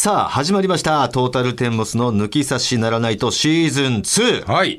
さあ始まりましたトータルテンボスの抜き差しならないとシーズン2、 はい、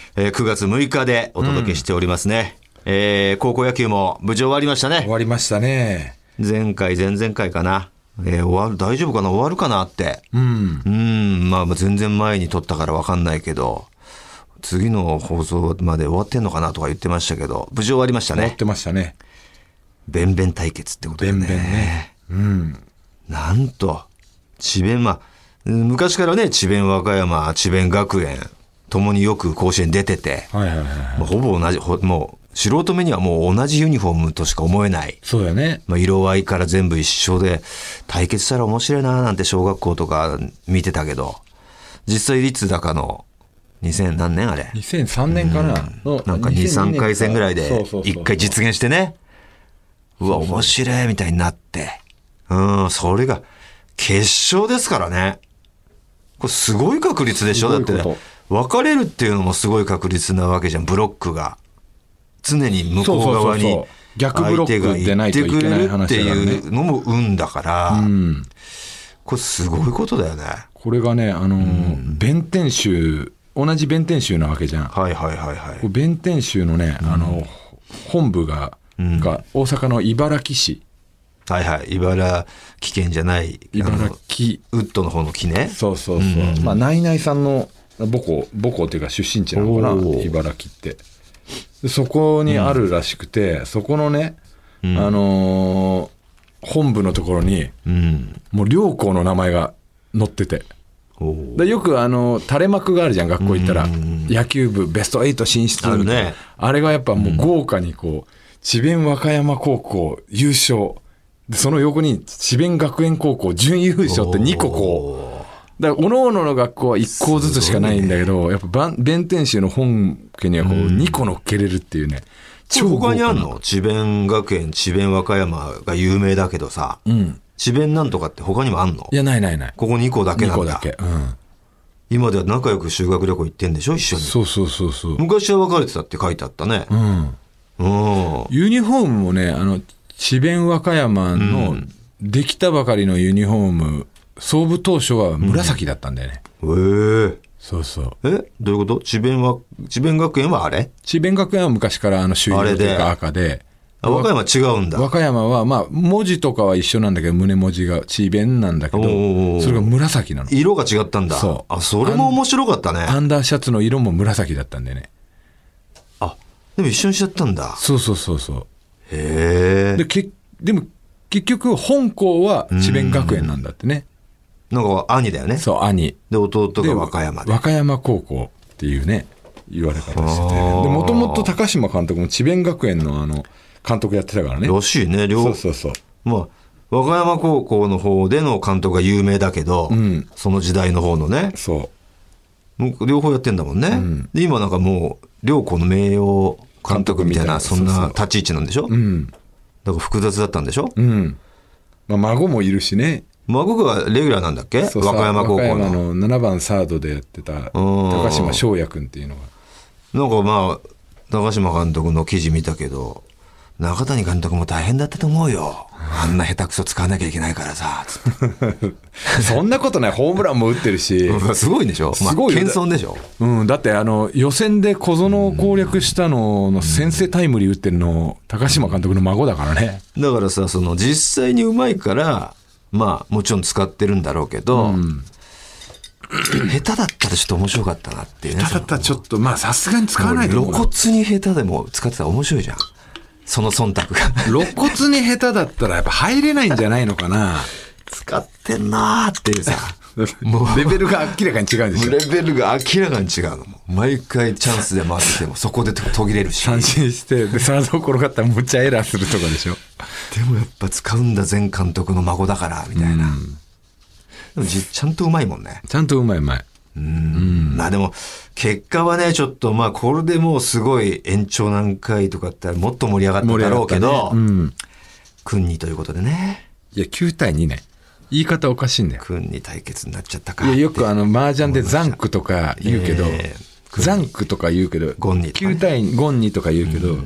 9月6日でお届けしておりますね、高校野球も無事終わりましたね。 終わりましたね。 前回前々回かな、終わる大丈夫かな終わるかなって、まあ全然前に撮ったから分かんないけど次の放送まで終わってんのかなとか言ってましたけど無事終わりましたね。 終わってましたね。 ベンベン対決ってことでね。 ベンベンね。 なんと智弁、昔からね智弁和歌山智弁学園ともによく甲子園出てて、ほぼ同じ、もう素人目にはもう同じユニフォームとしか思えない。 そうだね。 色合いから全部一緒で対決したら面白いななんて小学校とか見てたけど、実際立高の2000何年あれ 2003年かな、 なんか 2,3 回戦ぐらいで1回実現してね、うわ面白いみたいになって、それが決勝ですからね。これすごい確率でしょ。だってね、分かれるっていうのもすごい確率なわけじゃん。ブロックが常に向こう側に逆ブロックでないといけない話だからねっていうのも運だから、これすごいことだよね。 これがね弁天州、同じ弁天州なわけじゃん。弁天州のね、本部が大阪の茨木市。 茨城県じゃない茨城ウッドの方の木ね。 そう、ナイナイさんの母校っていうか出身地なのかな、茨城って。でそこにあるらしくて、そこのね、本部のところに、もう両校の名前が載ってて、でよく垂れ幕があるじゃん、学校行ったら、野球部ベスト8進出みたいな、あれがやっぱもう豪華にこう智弁和歌山高校優勝で、その横に智弁学園高校準優勝って2個こう、だから各々の学校は1校ずつしかないんだけど、やっぱ弁天州の本家にはこう2個乗っけれるっていうね。 超豪華な。他にあんの？智弁学園智弁和歌山が有名だけどさ、智弁なんとかって他にもあんの？ いや、ない。 ここ2個だけなんだ。 2個だけ。 今では仲良く修学旅行行ってんでしょ、一緒に。 そう昔は別れてたって書いてあったね。 ユニフォームもね、智弁和歌山のできたばかりのユニフォーム、創部当初は紫だったんだよね。そうそう。 どういうこと？智弁学園はあれ？智弁学園は昔から朱色というか赤で。 和歌山は違うんだ。 和歌山は文字とかは一緒なんだけど、胸文字が智弁なんだけど、それが紫なの。 色が違ったんだ。それも面白かったね。 アンダーシャツの色も紫だったんだよね。 でも一緒にしちゃったんだ。 そう。へえ。でも結局本校は智弁学園なんだってね。 なんか兄だよね。 そう、兄で弟が和歌山で和歌山高校っていうね言われ方してて、でもともと高島監督も智弁学園の監督やってたからね。 らしいね。 そう。 和歌山高校の方での監督が有名だけど、その時代の方のね。両方やってんだもんね。で今なんかもう両校の名誉監督みたいな、そんな立ち位置なんでしょ。だから複雑だったんでしょ。 孫もいるしね。 孫がレギュラーなんだっけ？和歌山高校の。 和歌山の7番サードでやってた高島翔也君っていうのが。 なんか高島監督の記事見たけど、中谷監督も大変だったと思うよ。あんな下手くそ使わなきゃいけないからさ。 そんなことない。ホームランも打ってるし。 すごいでしょ。すごい。謙遜でしょ。 だって予選で小園を攻略したのの先制タイムリー打ってるの高島監督の孫だからね。 だからさ、実際にうまいからもちろん使ってるんだろうけど、下手だったらちょっと面白かったなっていうね。 下手だったらちょっとさすがに使わないと思う。 露骨に下手でも使ってたら面白いじゃん。その忖度が露骨に下手だったらやっぱ入れないんじゃないのかな。 使ってんなーっていうさもうレベルが明らかに違うんでしょ。 レベルが明らかに違うの。毎回チャンスで回っててもそこで途切れるし、 三振してでサード転がったらむっちゃエラーするとかでしょ。 でもやっぱ使うんだ前監督の孫だからみたいな。でもちゃんとうまいもんね。 ちゃんとうまい。 でも結果はねちょっとこれでもうすごい延長何回とかってもっと盛り上がっただろうけど、君にということでね。 いや9対2ね。言い方おかしいんだよ。 君に対決になっちゃったか。 いやよく麻雀でザンクとか言うけど、ザンクとか言うけど、 ゴンニ 9対2ゴンニとか言うけど、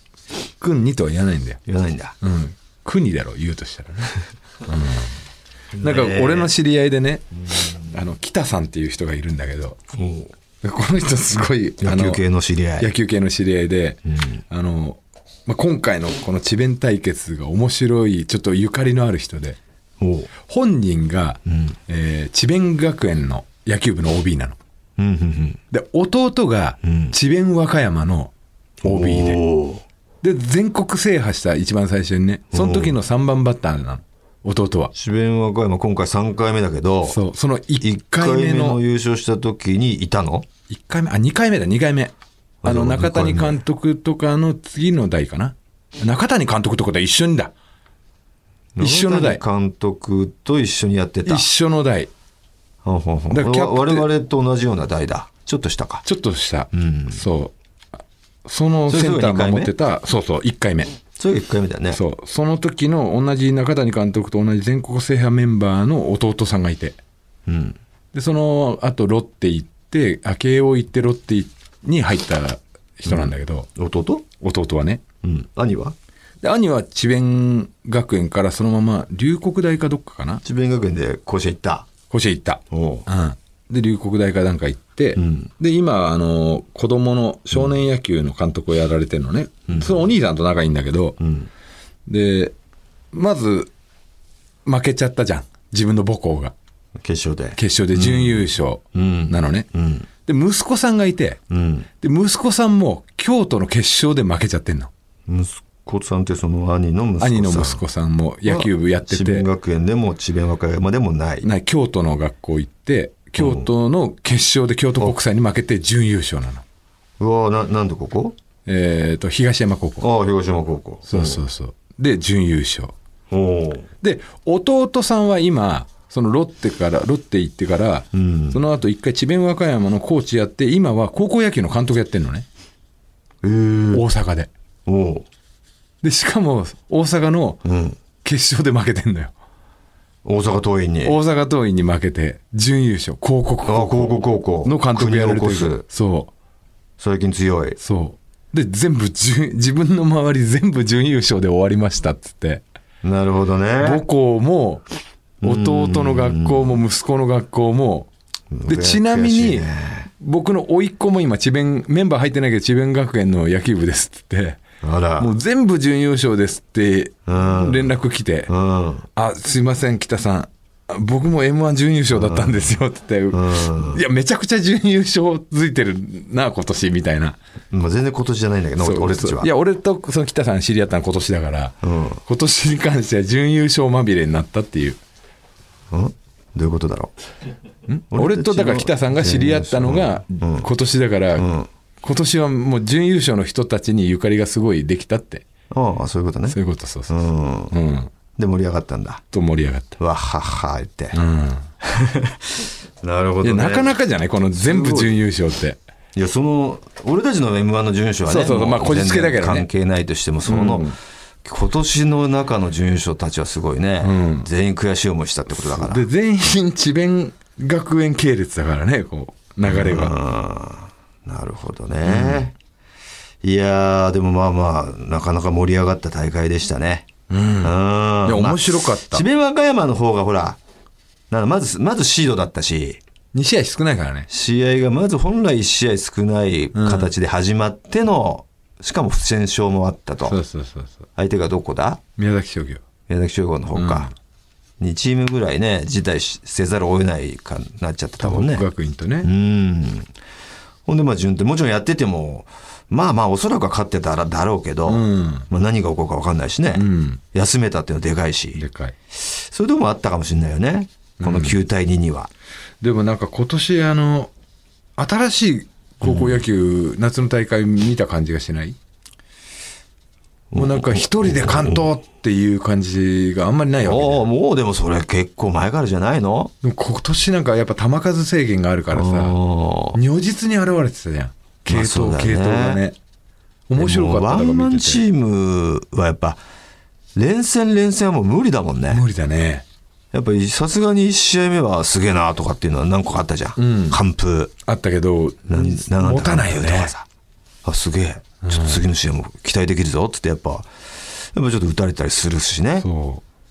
君にとは言わないんだよ。 言わないんだ。 国だろ言うとしたらね。 なんか俺の知り合いでね、北さんっていう人がいるんだけど、この人すごい野球系の知り合い。 野球系の知り合いで、今回のこの智弁対決が面白い、ちょっとゆかりのある人で、本人が、智弁学園の野球部の OB なの。で弟が智弁和歌山の OB で、全国制覇した一番最初にね、その時の3番バッターなの、弟は。 智弁和歌山今回3回目だけど、 その1回目の優勝した時にいたの ？1回目、2回目だ、2回目。中谷監督とかの次の代かな。中谷監督とかと一緒にだ。一緒の代。 中谷監督と一緒にやってた。 一緒の代。 だから我々と同じような代だ。ちょっと下か。 ちょっと下。そう。そのセンター守ってた、そうそう、1回目。 それが1回目だね。 そう。その時の同じ中谷監督と同じ全国制覇メンバーの弟さんがいて。で、その後ロッテ行って、慶応行ってロッテに入った人なんだけど。 弟はね。 兄は？ で兄は智弁学園からそのまま龍谷大かどっかかな。 智弁学園で甲子園行った。 甲子園行った。で龍谷大かなんか行って、で今子供の少年野球の監督をやられてるのね、そのお兄さんと仲いいんだけど、でまず負けちゃったじゃん、自分の母校が決勝で準優勝なのね、で息子さんがいて、で息子さんも京都の決勝で負けちゃってんの。 息子さんってその兄の息子さんも野球部やってて、 智弁学園でも智弁和歌山でもない京都の学校行って、京都の決勝で京都国際に負けて準優勝なの。 うわ、なんでここ？ 東山高校。 東山高校。 そうで準優勝。で弟さんは今そのロッテ行ってから、その後一回智弁和歌山のコーチやって、今は高校野球の監督やってんのね。大阪で。でしかも大阪の決勝で負けてんのよ。 大阪桐蔭に負けて準優勝。広告高校の監督やられてる。そう最近強い。 そうで自分の周り全部準優勝で終わりましたっつって。 なるほどね。 母校も弟の学校も息子の学校もで、ちなみに僕の甥っ子も今メンバー入ってないけど智弁学園の野球部ですって言って、もう全部準優勝ですって連絡来て、すいません北さん、僕も M1 準優勝だったんですよって言って、いやめちゃくちゃ準優勝づいてるな今年みたいな。 全然今年じゃないんだけど、俺たちは。 いや俺とその北さん知り合ったの今年だから、今年に関しては準優勝まみれになったっていう。 どういうことだろう。 俺とだから北さんが知り合ったのが今年だから、今年はもう準優勝の人たちにゆかりがすごいできたって。 そういうことね。 そういうこと。そう。 で盛り上がったんだ。 盛り上がった。 わはは言って。なるほどね。 なかなかじゃないこの全部準優勝って。 いや俺たちの M1 の準優勝はね、 まあこじつけだけどね。 関係ないとしても今年の中の準優勝たちはすごいね、全員悔しい思いしたってことだから。 で全員智弁学園系列だからね、こう流れが。 なるほどね、いやでもなかなか盛り上がった大会でしたね。 いや面白かった。 智弁和歌山の方がほらまずシードだったし、 2試合少ないからね。 試合がまず本来1試合少ない形で始まっての、しかも不戦勝もあったと。 そう相手がどこだ？ 宮崎商業の方か、2チームぐらいね辞退せざるを得ないかなっちゃってたもんね。 東北学院とね。 ほんで順天もちろんやっててもおそらくは勝ってたらだろうけど、何が起こるか分かんないしね、休めたっていうのはでかいし、そういうとこもあったかもしれないよね、この9対2には。 でもなんか今年新しい高校野球、夏の大会見た感じがしない？もうなんか一人で完投っていう感じがあんまりないわけね。 もうでもそれ結構前からじゃないの？ でも今年なんかやっぱ球数制限があるからさ、如実に現れてたじゃん。系統がね。面白かったから見てて。 ワンマンチームはやっぱ連戦はもう無理だもんね。 無理だね。 やっぱりさすがに1試合目はすげえなとかっていうのは何個かあったじゃん。完封あったけど持たないよね。 すげえ、ちょっと次の試合も期待できるぞってってやっぱちょっと打たれたりするしね。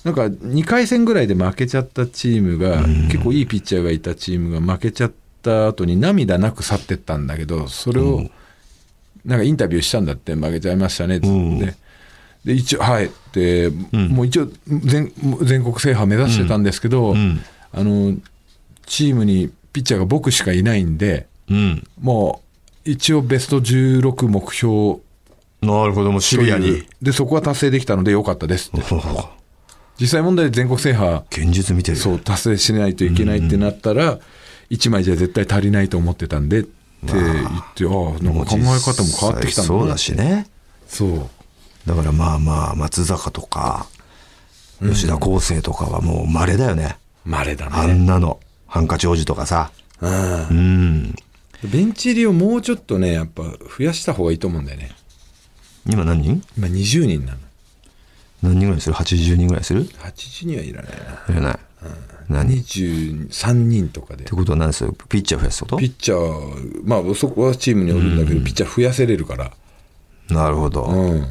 なんか2回戦ぐらいで負けちゃったチームが、結構いいピッチャーがいたチームが負けちゃった後に涙なく去ってったんだけど、それをなんかインタビューしたんだって、負けちゃいましたねって言って、で一応はいで、もう一応全国制覇目指してたんですけど、チームにピッチャーが僕しかいないんで、もう一応ベスト16目標、 なるほど、もうシビアにでそこは達成できたのでよかったですって実際問題で全国制覇現実見てる、 そう達成しないといけないってなったら、1枚じゃ絶対足りないと思ってたんでって言って、なんか考え方も変わってきたんだそうだしね。 そうだからまあまあ松坂とか吉田康生とかはもう稀だよね。 稀だね。 あんなのハンカチ王子とかさ、 ベンチ入りをもうちょっとね、やっぱ増やした方がいいと思うんだよね。 今何人？ 今20人なの。 何人ぐらいする？80人ぐらいする ？80人はいらないな。いらない。 何？23人とかで。 ってことは何ですよ？ピッチャー増やすこと？ ピッチャー、まあそこはチームによるんだけど、ピッチャー増やせれるから。 なるほど。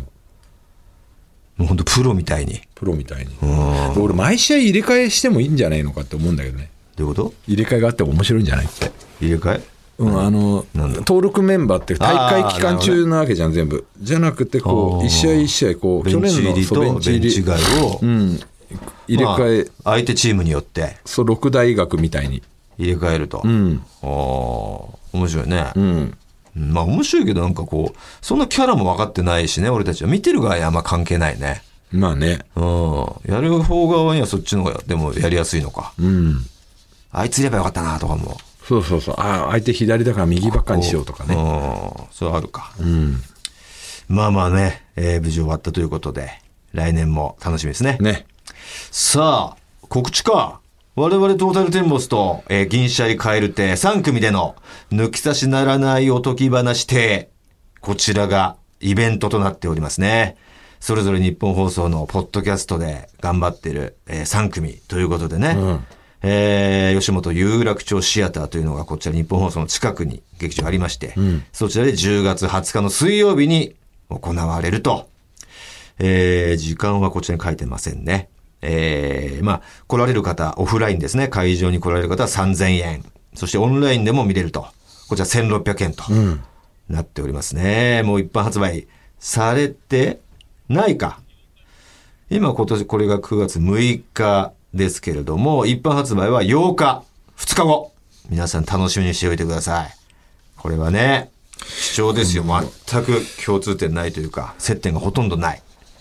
もう本当プロみたいに。俺毎試合入れ替えしてもいいんじゃないのかって思うんだけどね。 どういうこと？ 入れ替えがあっても面白いんじゃないって。 入れ替え？ 登録メンバーって大会期間中なわけじゃん、全部じゃなくてこう一試合一試合こうベンチ入りとベンチ外を入れ替え、 相手チームによってそう六大学みたいに入れ替えると、面白いね。まあ面白いけど、なんかこうそんなキャラも分かってないしね、俺たちは見てる側にあんま関係ないね。 まあね、 やる方側にはそっちの方がでもやりやすいのか。あいついればよかったなとかも。 そう、相手左だから右ばっかにしようとかね。 それはあるか。まあまあね、無事終わったということで来年も楽しみですね。さあ告知か。我々トータルテンボスと、銀シャリカエル亭3組での抜き差しならないおとぎ話亭、こちらがイベントとなっておりますね。それぞれ日本放送のポッドキャストで頑張っている、3組ということでね、吉本有楽町シアターというのがこちら日本放送の近くに劇場ありまして、そちらで10月20日の水曜日に行われると。時間はこちらに書いてませんね。まあ来られる方、オフラインですね、会場に来られる方は3000円、そしてオンラインでも見れると、こちら1600円となっておりますね。もう一般発売されてないか。今年これが9月6日ですけれども、一般発売は8日、2日後。皆さん楽しみにしておいてください。これはね、貴重ですよ。全く共通点ないというか、接点がほとんどない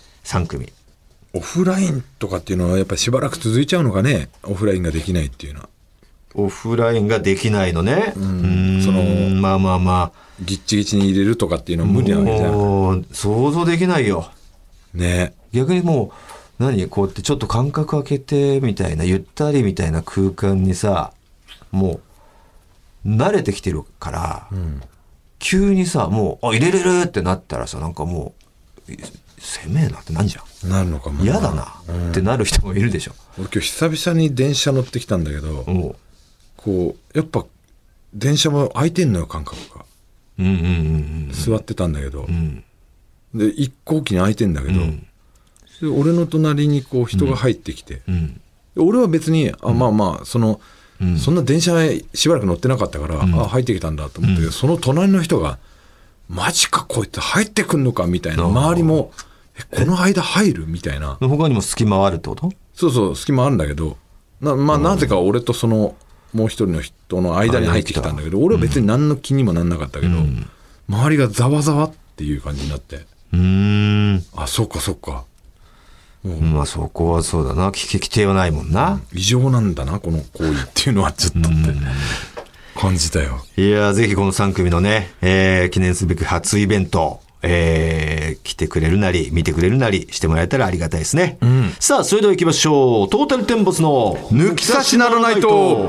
3組。 オフラインとかっていうのはやっぱりしばらく続いちゃうのかね。オフラインができないっていうのは。 オフラインができないのね。まあ。 ギッチギチに入れるとかっていうのは無理なわけじゃん。 もう想像できないよ。 ね。 逆にもう、こうやってちょっと間隔空けてみたいな、ゆったりみたいな空間にさ、もう慣れてきてるから、急にさ、もう、入れれるってなったらさ、なんかもう、攻めえなってなんじゃん。 なるのかも。 嫌だなってなる人もいるでしょ。 俺今日久々に電車乗ってきたんだけど、こう、やっぱ電車も空いてんのよ、間隔が。座ってたんだけど、で、一向機に空いてんだけど、で俺の隣にこう人が入ってきて、俺は別に、そんな電車しばらく乗ってなかったから、入ってきたんだと思ったけど、その隣の人が、マジかこいつ入ってくんのかみたいな、周りも、この間入るみたいな。 他にも隙間あるってこと？ そう、隙間あるんだけど、なぜか俺とその、もう一人の人の間に入ってきたんだけど、俺は別に何の気にもなんなかったけど、周りがざわざわっていう感じになって。そっか。 まあそこはそうだな。規定はないもんな。 異常なんだな、この行為っていうのはちょっとって感じたよ。 いや、ぜひこの3組のね、記念すべき初イベント、来てくれるなり、見てくれるなりしてもらえたらありがたいですね。さあ、それでは行きましょう。トータルテンボスの抜き差しならないと。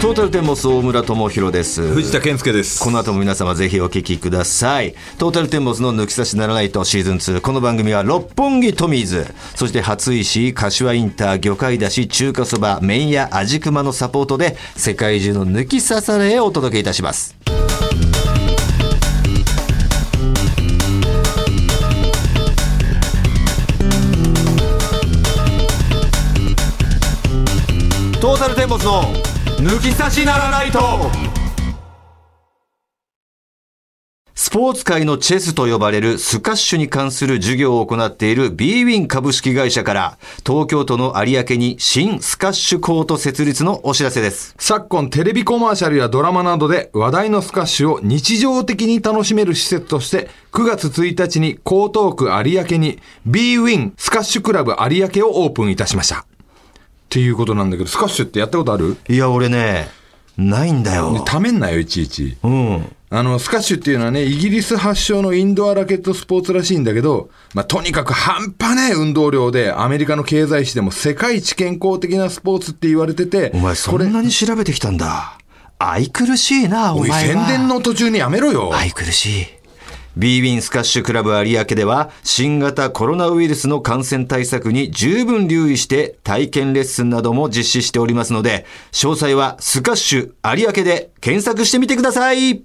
トータルテンボス大村智弘です。 藤田健介です。 この後も皆様ぜひお聞きください。トータルテンボスの抜き差しならないとシーズン2。この番組は六本木トミーズ、そして初石、柏インター、魚介だし、中華そば、麺屋味熊のサポートで世界中の抜き差されをお届けいたします。トータルテンボスの抜き差しならないと。スポーツ界のチェスと呼ばれるスカッシュに関する授業を行っている B ウィン株式会社から東京都の有明に新スカッシュコート設立のお知らせです。 昨今テレビコマーシャルやドラマなどで話題のスカッシュを日常的に楽しめる施設として9月1日に江東区有明に B ウィンスカッシュクラブ有明をオープンいたしました。っていうことなんだけど、スカッシュってやったことある？ いや俺ねないんだよ。 ためんなよいちいち。 うん。 スカッシュっていうのはね、イギリス発祥のインドアラケットスポーツらしいんだけど、とにかく半端ねえ運動量で、アメリカの経済誌でも世界一健康的なスポーツって言われてて。 お前そんなに調べてきたんだ。愛くるしいな、お前は。 おい、宣伝の途中にやめろよ。 愛くるしい。B ウィンスカッシュクラブ有明では新型コロナウイルスの感染対策に十分留意して体験レッスンなども実施しておりますので、詳細はスカッシュ有明で検索してみてください。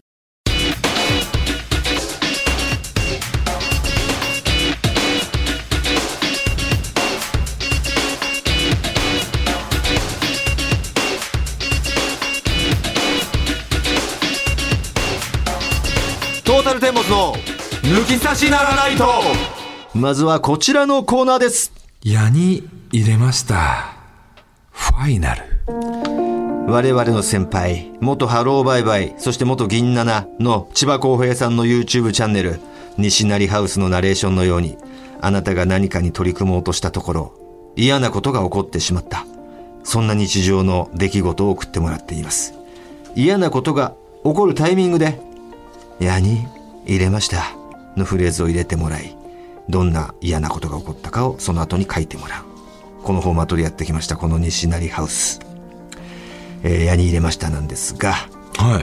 トータルテンボスの抜き差しならないと。まずはこちらのコーナーです。 矢に入れました。ファイナル。 我々の先輩、元ハローバイバイ、そして元銀七の千葉公平さんの YouTube チャンネル、西成ハウスのナレーションのように、あなたが何かに取り組もうとしたところ、嫌なことが起こってしまった。そんな日常の出来事を送ってもらっています。嫌なことが起こるタイミングで、矢に入れましたのフレーズを入れてもらい、どんな嫌なことが起こったかをその後に書いてもらう。このフォーマットでやってきました、この西成ハウス。矢に入れましたなんですが、 はい。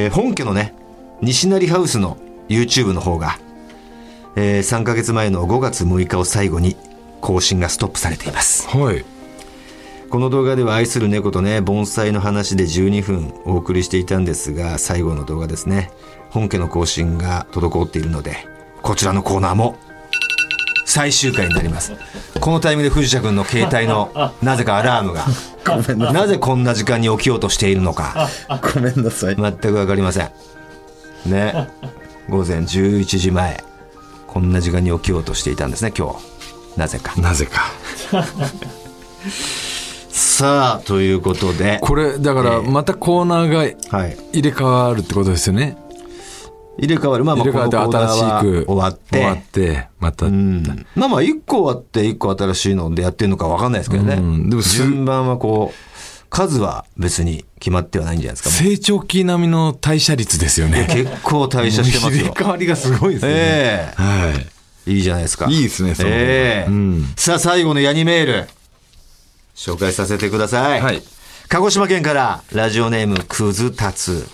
本家のね、西成ハウスの YouTube の方が、3ヶ月前の5月6日を最後に更新がストップされています。 はい。 この動画では愛する猫とね、盆栽の話で12分お送りしていたんですが、最後の動画ですね、本家の更新が滞っているので、こちらのコーナーも最終回になります。このタイミングで藤田君の携帯のなぜかアラームがなぜこんな時間に起きようとしているのかごめんなさい、 全く分かりませんね。午前11時前、こんな時間に起きようとしていたんですね、今日。なぜかさあ、ということで、 これだからまたコーナーが入れ替わるってことですよね。 入れ替わる。まあまあ、このコーナーは終わってまた、 まあまあ1個終わって1個新しいのでやってるのか分かんないですけどね、でも順番はこう数は別に決まってはないんじゃないですか。 成長期並みの代謝率ですよね。 結構代謝してますよ。 入れ替わりがすごいですね。 はい、いいじゃないですか。 いいですね。 さあ、最後のヤニメール紹介させてください。 はい、 鹿児島県からラジオネームくずたつ。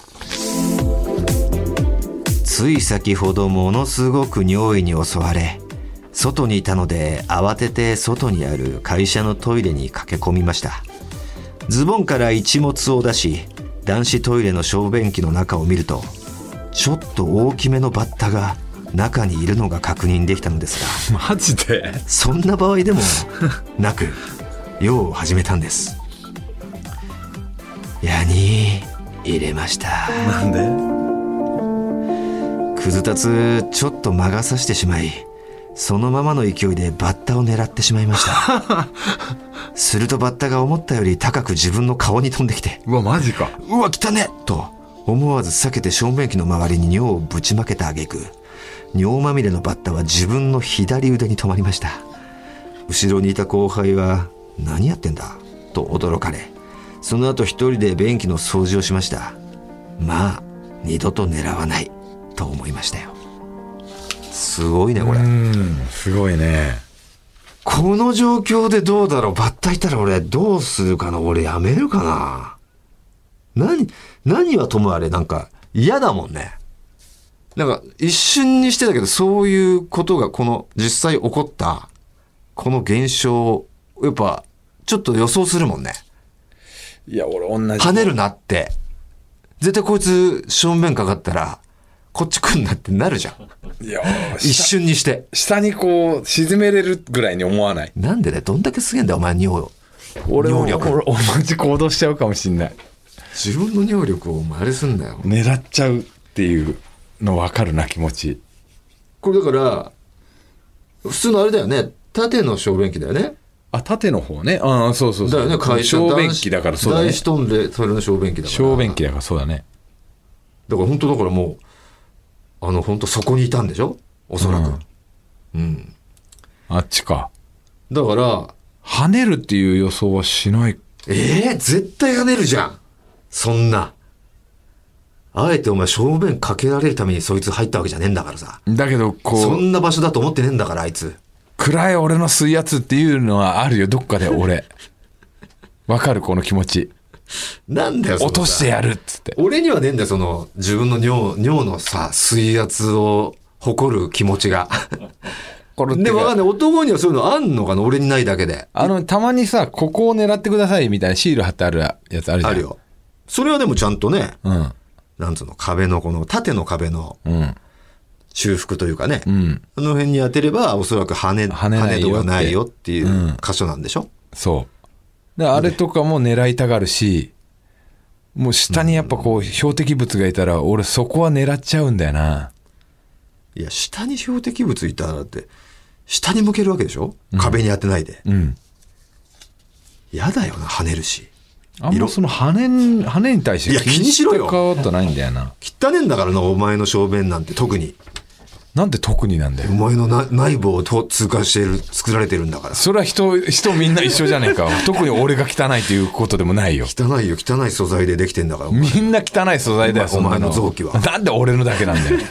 つい先ほどものすごく尿意に襲われ、外にいたので慌てて外にある会社のトイレに駆け込みました。ズボンから一物を出し、男子トイレの小便器の中を見ると、ちょっと大きめのバッタが中にいるのが確認できたのですが、マジでそんな場合でもなく用を始めたんです。矢に入れました。 なんで？ くずたつ、ちょっと魔が差してしまい、そのままの勢いでバッタを狙ってしまいましたするとバッタが思ったより高く自分の顔に飛んできて、 うわマジか、 うわ来たねと思わず避けて小便器の周りに尿をぶちまけた挙句、尿まみれのバッタは自分の左腕に止まりました。後ろにいた後輩は何やってんだと驚かれ、その後一人で便器の掃除をしました。まあ二度と狙わないと思いましたよ。すごいねこれ。 すごいね。 この状況でどうだろう。バッタいたら俺どうするかな。俺やめるかな。 何はともあれなんか嫌だもんね。なんか一瞬にしてたけど、そういうことがこの実際起こったこの現象、やっぱちょっと予想するもんね。 いや俺同じ。 跳ねるなって。絶対こいつ正面かかったらこっち来んなってなるじゃん。 いや一瞬にして。 下にこう沈めれるぐらいに思わない？ なんでね、どんだけすげえんだよお前尿力。 俺同じ行動しちゃうかもしんない。 自分の尿力をお前あれすんだよ。 狙っちゃうっていうの分かるな気持ち。 これだから普通のあれだよね、縦の小便器だよね。 あ、縦の方ね。ああ、そうそうそう。 だよね、会社小便器だからそうだね。 大師トンでそれの小便器だから。 小便器だからそうだね。 だから本当だからもう本当そこにいたんでしょ、おそらく。うん。 あっちか。 だから跳ねるっていう予想はしない。 絶対跳ねるじゃん。そんな。あえてお前小便かけられるためにそいつ入ったわけじゃねえんだからさ。 だけどこう。 そんな場所だと思ってねえんだからあいつ。 暗い俺の水圧っていうのはあるよどっかで俺。わかるこの気持ち。 なんだよその落としてやるっつって。 俺にはねえんだよその自分の尿のさ水圧を誇る気持ちが。でわかんない、男にはそういうのあんのかな、俺にないだけで。 たまにさここを狙ってくださいみたいなシール貼ってあるやつあるじゃん。 あるよ。それはでもちゃんとね、 うん、 なんつうの、壁のこの縦の壁の修復というかね、 うん、 あの辺に当てればおそらく跳ね度がないよっていう箇所なんでしょ、 そうであれとかも狙いたがるし、もう下にやっぱこう標的物がいたら俺そこは狙っちゃうんだよな。 いや下に標的物いたらって下に向けるわけでしょ、壁に当てないで。やだよな、跳ねるし。 あんまその跳ねに対して気にしろよ。 変わったないんだよな。 汚ねえんだからなお前の小便なんて。特になんで特になんだよ。 お前の内部を通過している作られてるんだから。 それは人みんな一緒じゃねえか。特に俺が汚いということでもないよ。 汚いよ、汚い素材でできてんだから。 みんな汚い素材だよ。 お前の臓器は。 なんで俺のだけなんだよ。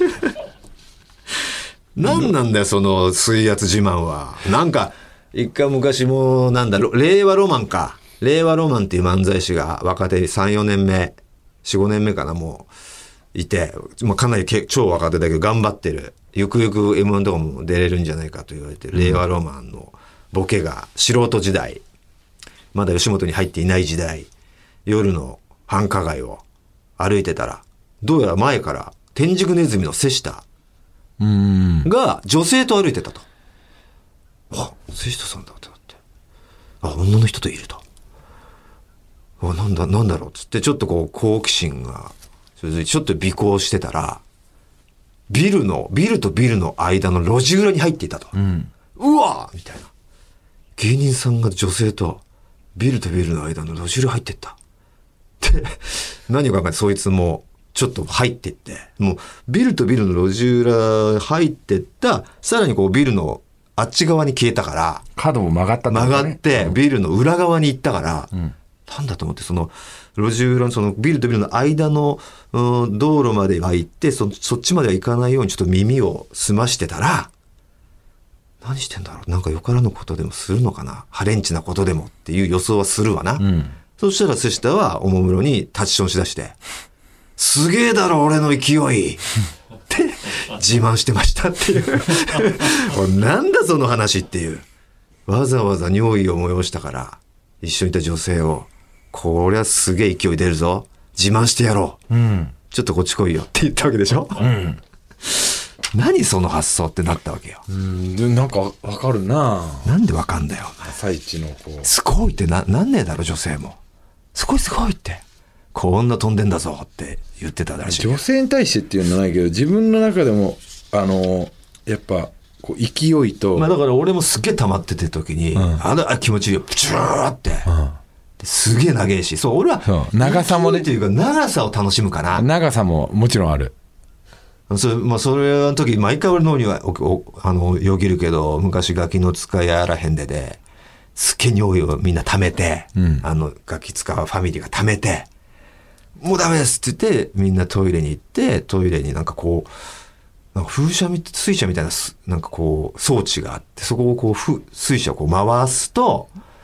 なんなんだよその水圧自慢は。なんか一回昔もなんだ令和ロマンか。令和ロマンっていう漫才師が若手3、4年目、4、5年目かな、もういて、まあ、かなり超若手だけど頑張ってる。ゆくゆく M1 とかも出れるんじゃないかと言われてる、令和ロマンのボケが素人時代、まだ吉本に入っていない時代、夜の繁華街を歩いてたら、どうやら前から天竺ネズミの瀬下が女性と歩いてたと。あ、瀬下さんだってなって。あ、女の人といると。なんだろうっつってちょっとこう好奇心がちょっと尾行してたらビルとビルの間の路地裏に入っていたと、うわーみたいな。芸人さんが女性とビルとビルの間の路地裏入ってったで何を考えてそいつもちょっと入ってって、もうビルとビルの路地裏入ってった、さらにこうビルのあっち側に消えたから角も曲がったんだね。 曲がってビルの裏側に行ったから、なんだと思って、その路地裏のそのビルとビルの間の道路までは行って、そっちまでは行かないようにちょっと耳を澄ましてたら、何してんだろう、なんかよからぬことでもするのかな、ハレンチなことでもっていう予想はするわな、そしたら瀬下はおもむろにタッチションしだして、すげえだろ俺の勢いって自慢してましたっていうなんだその話っていう。わざわざ尿意を催したから一緒にいた女性を、こりゃすげえ勢い出るぞ、自慢してやろう、ちょっとこっち来いよって言ったわけでしょ、何その発想ってなったわけよ。 なんかわかるな。 なんでわかんだよお前。 朝一のこうすごいってなんねえだろ女性も。すごいってこんな飛んでんだぞって言ってたらしい。 女性に対してっていうのはないけど、自分の中でもやっぱこう勢いと、 まあだから俺もすっげえ溜まってて時に、気持ちいいよプチューって、すげえ長いし、そう俺はそう長さもねっていうか長さを楽しむかな。 長さももちろんある。 それの時毎回俺の方にはよぎるけど、昔ガキの使いやらへんですっげえ尿意をみんな溜めて、ガキ使ファミリーが溜めて、もうダメですって言ってみんなトイレに行って、トイレになんかこうなんか水車みたいななんかこう装置があって、そこをこう水車をこう回すと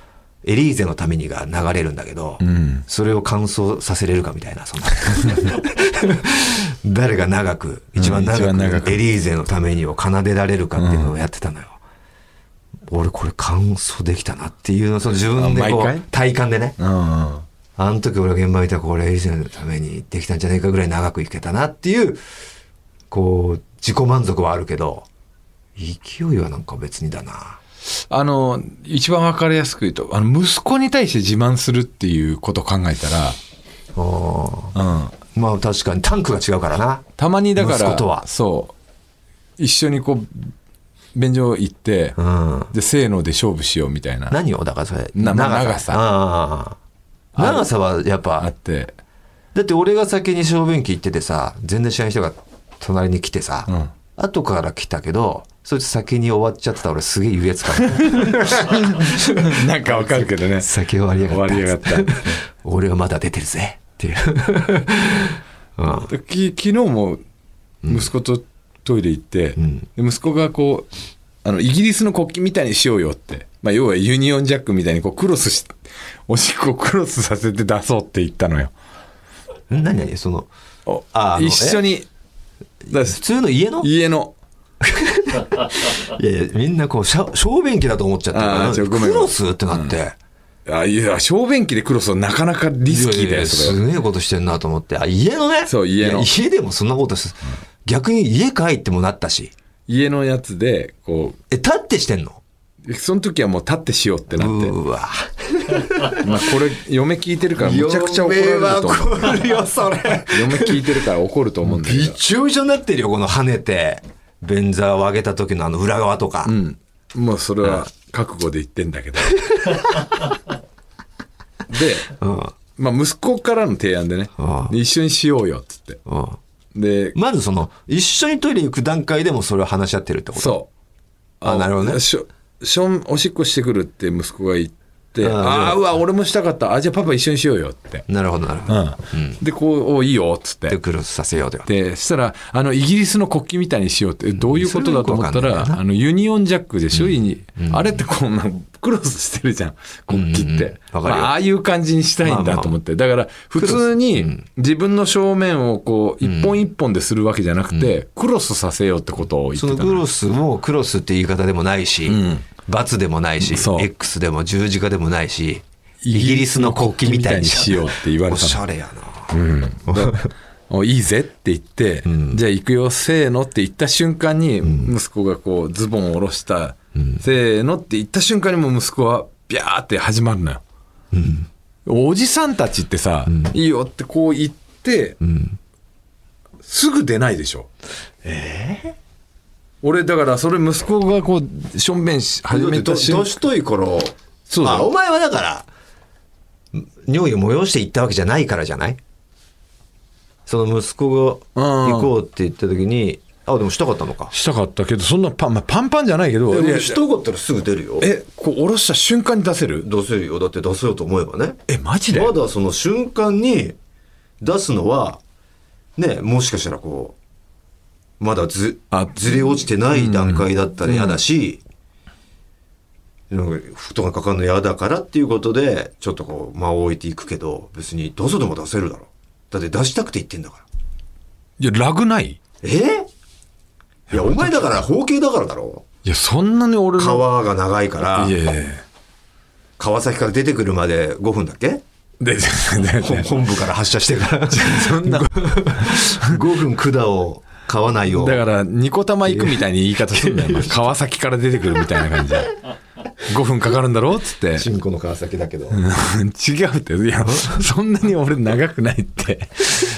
エリーゼのためにが流れるんだけど、それを完走させれるかみたいな、そんな誰が長く一番長くエリーゼのためにを奏でられるかっていうのをやってたのよ。俺これ完走できたなっていうのをその自分でこう体感でね、あの時俺現場見たらこれエリーゼのためにできたんじゃないかぐらい長くいけたなっていうこう自己満足はあるけど、勢いはなんか別にだな。 一番わかりやすく言うと息子に対して自慢するっていうことを考えたら、 まあ確かにタンクが違うからな。 たまにだから息子とはそう一緒にこう便所行って、でせーので勝負しようみたいな。 何をだからそれ長さ長さはやっぱあって、 だって俺が先に小便器行っててさ、全然知らない人が隣に来てさ、後から来たけどそいつ先に終わっちゃってた。俺すげえ優越感なんかわかるけどね、 先終わりやがった俺はまだ出てるぜっていう昨日も息子とトイレ行って、息子がこうイギリスの国旗みたいにしようよって、要はユニオンジャックみたいにこうクロスしおしっこをクロスさせて出そうって言ったのよ。 何その一緒に普通の家のいやみんなこう小便器だと思っちゃったからクロスってなって、 いや小便器でクロスはなかなかリスキーだよ。 すげえことしてんなと思って。家のね。 そう家でもそんなことす逆に家帰ってもなったし、 家のやつでこう立ってしてんの。 その時はもう立ってしようってなって、 うわこれ嫁聞いてるからむちゃくちゃ怒られると思う。 嫁は怒るよそれ嫁聞いてるから怒ると思うんだけど、 びちょびちょになってるよこの跳ねて便座を上げた時の裏側とか、 もうそれは覚悟で言ってんだけどで、息子からの提案でね、一緒にしようよっつって、でまずその一緒にトイレ行く段階でもそれを話し合ってるってこと。そうなるほどね。 おしっこしてくるって息子が言って、うわ俺もしたかった、じゃあパパ一緒にしようよって。 なるほどなるほど、 でこういいよっつってでクロスさせようでそしたらイギリスの国旗みたいにしようってどういうことだと思ったら、ユニオンジャックでしょ、あれってこうクロスしてるじゃん国旗って、ああいう感じにしたいんだと思って、だから普通に自分の正面をこう一本一本でするわけじゃなくて、クロスさせようってことを言ってた。 そのクロスもクロスって言い方でもないし、×でもないし X でも十字架でもないし、イギリスの国旗みたいにしようって言われた。おしゃれやな、いいぜって言って、じゃあ行くよせーのって言った瞬間に、息子がこうズボンを下ろした、せーのって言った瞬間にもう息子はビャーって始まるのよ、おじさんたちってさ、いいよってこう言って、すぐ出ないでしょ。俺だからそれ息子がこうしょんべんし始めた瞬間、 年とい頃、お前はだから尿意を催していったわけじゃないからじゃない。その息子が行こうって言った時に、でもしたかったのか。 したかったけど、そんなパンパンじゃないけど、 したかったらすぐ出るよ。 こう下ろした瞬間に出せるよ。だって出せようと思えばね。 マジで。 まだその瞬間に出すのはね、もしかしたらこうまだずれ落ちてない段階だったら嫌だし、布団がかかるの嫌だからっていうことでちょっとこう間を置いていくけど、別に出そうでも出せるだろ。だって出したくて言ってんだから。 いやラグない。 いやお前だから包茎だからだろ。 いやそんなに俺の皮が長いから、川崎から出てくるまで5分だっけで本部から発射してからそんな5分管を買わないよ。 だからニコ玉行くみたいに言い方するんだよ川崎から出てくるみたいな感じで5分かかるんだろっつって。 新子の川崎だけど違うって。いやそんなに俺長くないって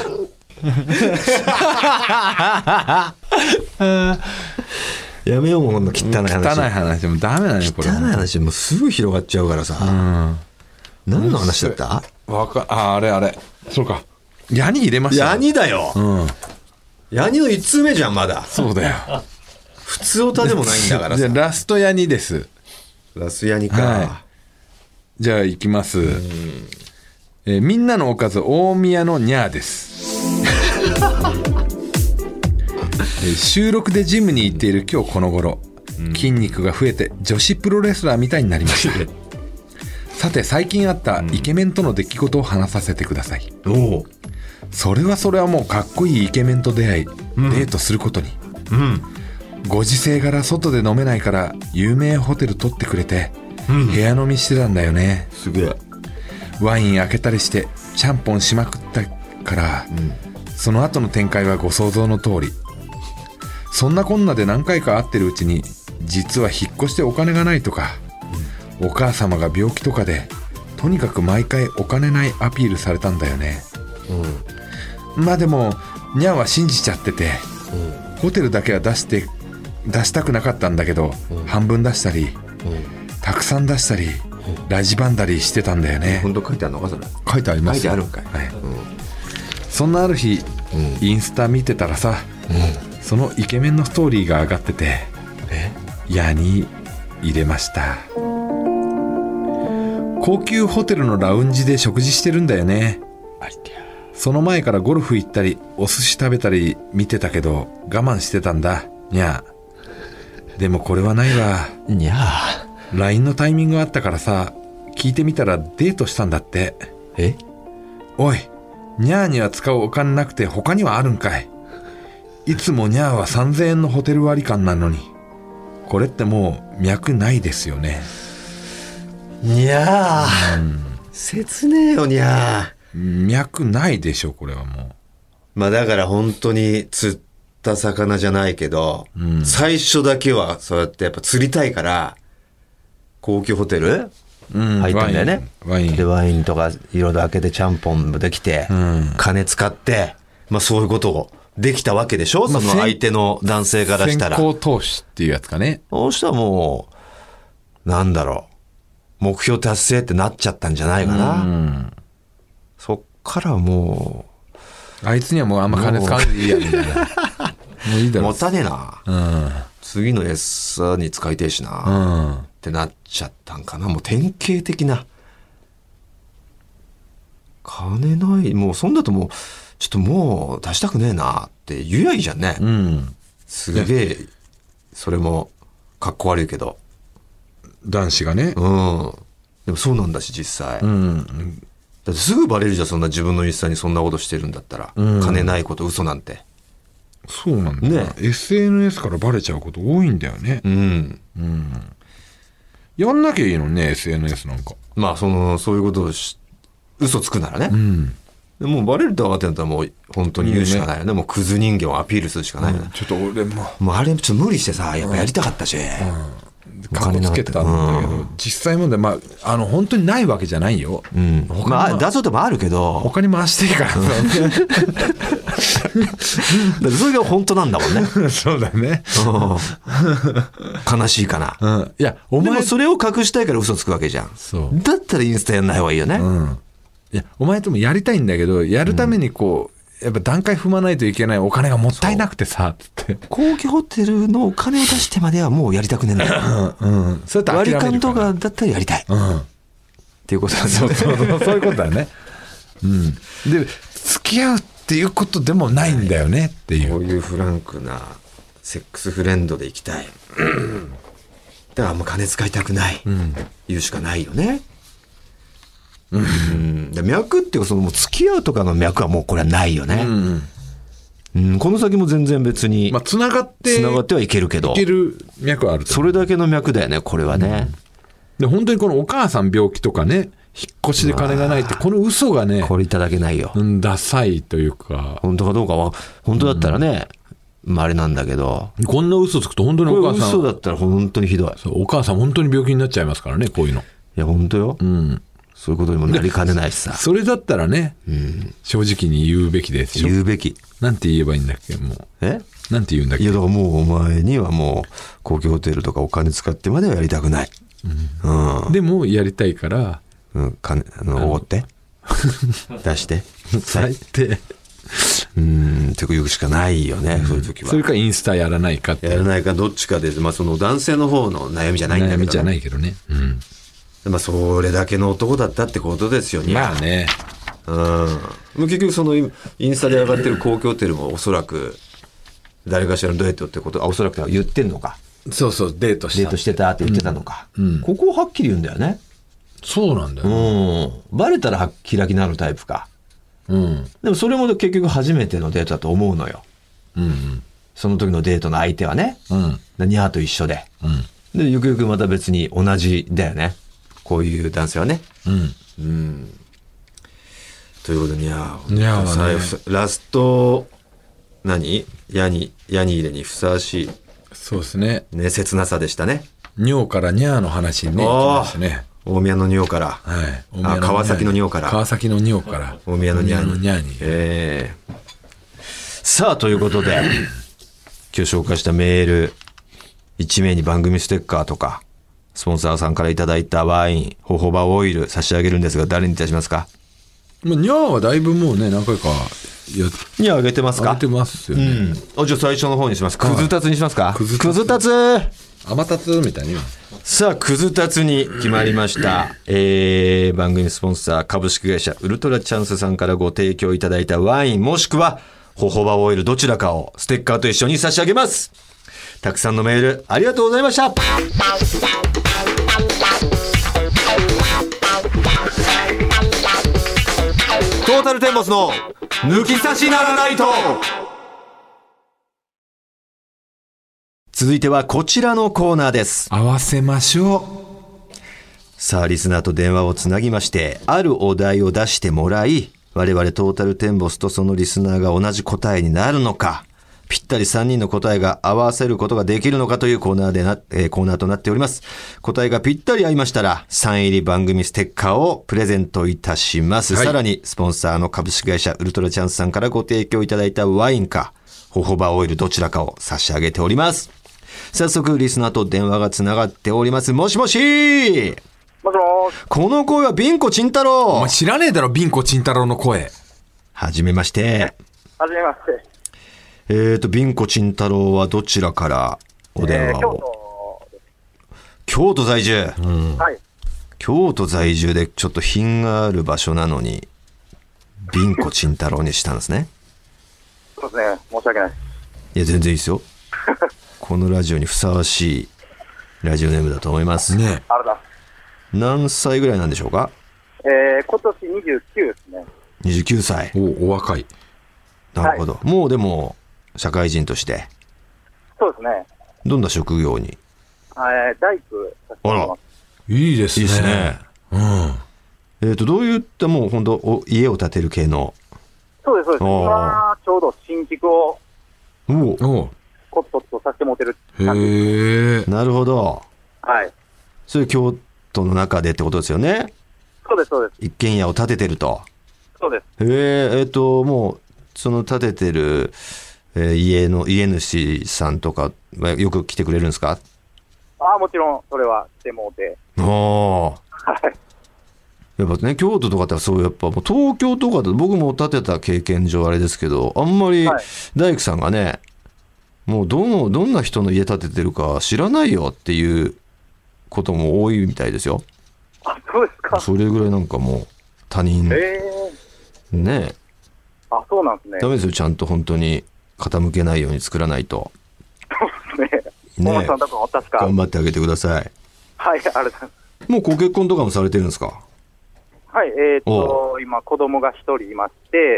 やめようもんの汚い話。 汚い話もダメなのよこれ。 汚い話もすぐ広がっちゃうからさ、何の話だった？ あれそうか、ヤニ入れました。 ヤニだよ、ヤニの1通目じゃんまだ。 そうだよ普通オタでもないんだからさ。 じゃあラストヤニです。 ラスヤニか、 じゃあ行きます。みんなのおかず大宮のニャーです収録でジムに行っている今日この頃、筋肉が増えて女子プロレスラーみたいになりましたさて最近あったイケメンとの出来事を話させてください。 おう。 それはもうかっこいいイケメンと出会い、デートすることに。ご時世柄外で飲めないから有名ホテル取ってくれて、部屋飲みしてたんだよね。 すげえ。 ワイン開けたりしてちゃんぽんしまくったから、その後の展開はご想像の通り。そんなこんなで何回か会ってるうちに、実は引っ越してお金がないとか、お母様が病気とかで、とにかく毎回お金ないアピールされたんだよね。まあでもニャンは信じちゃってて、ホテルだけは出したくなかったんだけど、半分出したり、たくさん出したり、ラジバンダリしてたんだよね。 本当書いてあるのかそれ。 書いてあります。 書いてあるんかい。 はい。そんなある日、インスタ見てたらさ、そのイケメンのストーリーが上がってて、矢に入れました。高級ホテルのラウンジで食事してるんだよね。その前からゴルフ行ったりお寿司食べたり見てたけど我慢してたんだ。にゃー。でもこれはないわ。 にゃー。LINE のタイミングあったからさ、聞いてみたらデートしたんだって。おい、にゃーには使うお金なくて他にはあるんかい。いつもにゃーは3000円のホテル割り勘なのに、これってもう脈ないですよね。 にゃー、切ねえよにゃー。 脈ないでしょこれはもう。 まあだから本当に釣った魚じゃないけど、最初だけはそうやってやっぱ釣りたいから高級ホテル入ったんだよね。ワインとかいろいろ開けてちゃんぽんもできて、金使って、まあそういうことをできたわけでしょ、その相手の男性からしたら。 先行投資っていうやつかね。 そうしたらもうなんだろう、目標達成ってなっちゃったんじゃないかな。そっからもうあいつにはもうあんま金使わないでいいやみたいな。もういいだろ。 もったねえな。次の餌に使いてえしな、ってなっちゃったんかな。もう典型的な。金ない、もうそんだともうちょっともう出したくねえなって言えばいいじゃんね。すげえそれもかっこ悪いけど男子がね。 でもそうなんだし実際。だってすぐバレるじゃん、そんな自分のインスタにそんなことしてるんだったら、金ないこと嘘なんて。 そうなんだね。SNS からバレちゃうこと多いんだよね。やんなきゃいいのね SNS なんか。 まあそういうことを嘘つくならね。でもうバレると分かってんだったらもう本当に言うしかないよね。もうクズ人間をアピールするしかないよね。 ちょっと俺もうあれちょっと無理してさ、やっぱやりたかったし。 かっこつけたんだけど、実際問題、まあ本当にないわけじゃないよ。 まあ出そうともあるけど、 他に回していいからそれが本当なんだもんね。 そうだね。 悲しいかな。 いやお前でもそれを隠したいから嘘つくわけじゃん。だったらインスタやんない方がいいよね。 いやお前ともやりたいんだけど、やるためにこう、やっぱ段階踏まないといけないお金がもったいなくてさって高級ホテルのお金を出してまではもうやりたくねえんだよ。 そうやって割り勘とかだったらやりたい、っていうことなんですよね。 そういうことだよね。で付き合うっていうことでもないんだよねっていう。 こういうフランクなセックスフレンドでいきたい。だからあんま金使いたくない、言うしかないよね。脈っていうか、そのもう付き合うとかの脈はもうこれはないよね。この先も全然別につながってはいけるけど、 いける脈はある。 それだけの脈だよねこれはね。 で本当にこのお母さん病気とかね、引っ越しで金がないってこの嘘がね、 これいただけないよ。 ダサいというか、 本当かどうかは本当だったらね、あれなんだけど、 こんな嘘つくと本当にお母さん、 嘘だったら本当にひどい。 お母さん本当に病気になっちゃいますからね、こういうの。 いや本当よ。そういうことにもなりかねないしさ。 それだったらね、正直に言うべきですよ。 言うべき。 なんて言えばいいんだっけ、もう。なんて言うんだっけ。 いやだからもうお前にはもう高級ホテルとかお金使ってまではやりたくない。 でもやりたいから、 金おごって出して最低。 って言うしかないよね、そういう時は。 それかインスタやらないかって。 やらないかどっちかで、その男性の方の悩みじゃないんだけど、 悩みじゃないけどね。 それだけの男だったってことですよね。 まあね。 結局そのインスタで上がってる高級ホテルもおそらく誰かしらのデートってこと、おそらく言ってんのか。 そうそう、デートしてたって言ってたのか。ここをはっきり言うんだよね。 そうなんだよ、ね。 バレたら開き直るタイプか。でもそれも結局初めてのデートだと思うのよ。その時のデートの相手はね。ニャーと一緒で。で、ゆくゆくまた別に同じだよね。こういう男性はね。ということで、ニャーはね、ラスト、ヤニ入れにふさわしい。 そうですね。 切なさでしたね。 尿からニャーの話にね、行きましたね。 大宮の尿から。川崎の尿から。 川崎の尿から。 大宮のニャーに。さあ、ということで、今日紹介したメール、1名に番組ステッカーとか、スポンサーさんからいただいたワイン、ホホバオイル差し上げるんですが、誰にいたしますか？ ニャーはだいぶもうね、何回かニャーあげてますか？ あげてますよね。 じゃあ最初の方にします。くずたつにしますか？くずたつ甘たつみたいに。 さあ、くずたつに決まりました。番組スポンサー株式会社ウルトラチャンスさんからご提供いただいたワインもしくはホホバオイルどちらかをステッカーと一緒に差し上げます。たくさんのメールありがとうございました。トータルテンボスの抜き差しならないと。続いてはこちらのコーナーです。 合わせましょう。 さあ、リスナーと電話をつなぎまして、あるお題を出してもらい、我々トータルテンボスとそのリスナーが同じ答えになるのか、ぴったり3人の答えが合わせることができるのかというコーナーとなっております。答えがぴったり合いましたら、サイン入り番組ステッカーをプレゼントいたします。さらに、スポンサーの株式会社ウルトラチャンスさんからご提供いただいたワインか、ホホバオイルどちらかを差し上げております。早速、リスナーと電話がつながっております。もしもしもしもし。 この声はビンコチンタロウ。 お前知らねえだろ、ビンコチンタロウの声。 はじめまして。 はじめまして。 ビンコチンタロウはどちらからお電話を？京都在住。 はい。 京都在住でちょっと品がある場所なのに、ビンコチンタロウにしたんですね。 そうですね。申し訳ない。 いや、全然いいですよ。このラジオにふさわしいラジオネームだと思いますね。 あらだ。 何歳ぐらいなんでしょうか？ 今年29ですね。 29歳。 お若い。 なるほど。はい、もうでも社会人として。 そうですね。 どんな職業に？ 大工させてもらいます。 いいですね。いいですね。 どういったもう本当家を建てる系の？ そうですそうです。今ちょうど新築をコツコツとさせてもらってる感じです。 なるほど。 はい。 そういう京都の中でってことですよね。 そうですそうです。 一軒家を建ててると。 そうです。 もうその建ててる、家主さんとかよく来てくれるんですか？ もちろんそれはしてもうて。 はい。やっぱね、京都とかってそうやっぱもう東京とかで僕も建てた経験上あれですけど、あんまり大工さんがね、もうどんな人の家建ててるか知らないよっていうことも多いみたいですよ。 そうですか。 それぐらいなんかもう他人、ね。 そうなんですね。 ダメですよ、ちゃんと本当に傾けないように作らないと。 そうですね。さんだと確か頑張ってあげてください。 はい、ありがとうございます。 もうご結婚とかもされてるんですか？ はい、今子供が一人いまして、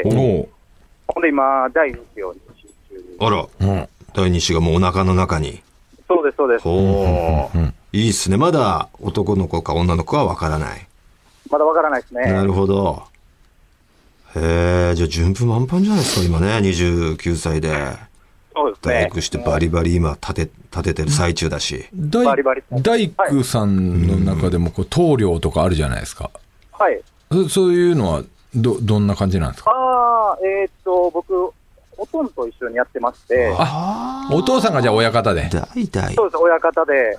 ほんで今第2子を妊娠中。 あら、第2子がもうお腹の中に。 そうですそうです。 いいっすね。まだ男の子か女の子はわからない。 まだわからないですね。 なるほど。じゃあ順風満帆じゃないですか、今ね、29歳で。 そうですね。 大工してバリバリ今立ててる最中だし。 大工さんの中でも棟梁とかあるじゃないですか。 はい。 そういうのはどんな感じなんですか？ 僕、おとんと一緒にやってまして。 お父さんがじゃあ親方で。 代々。 そうです、親方で。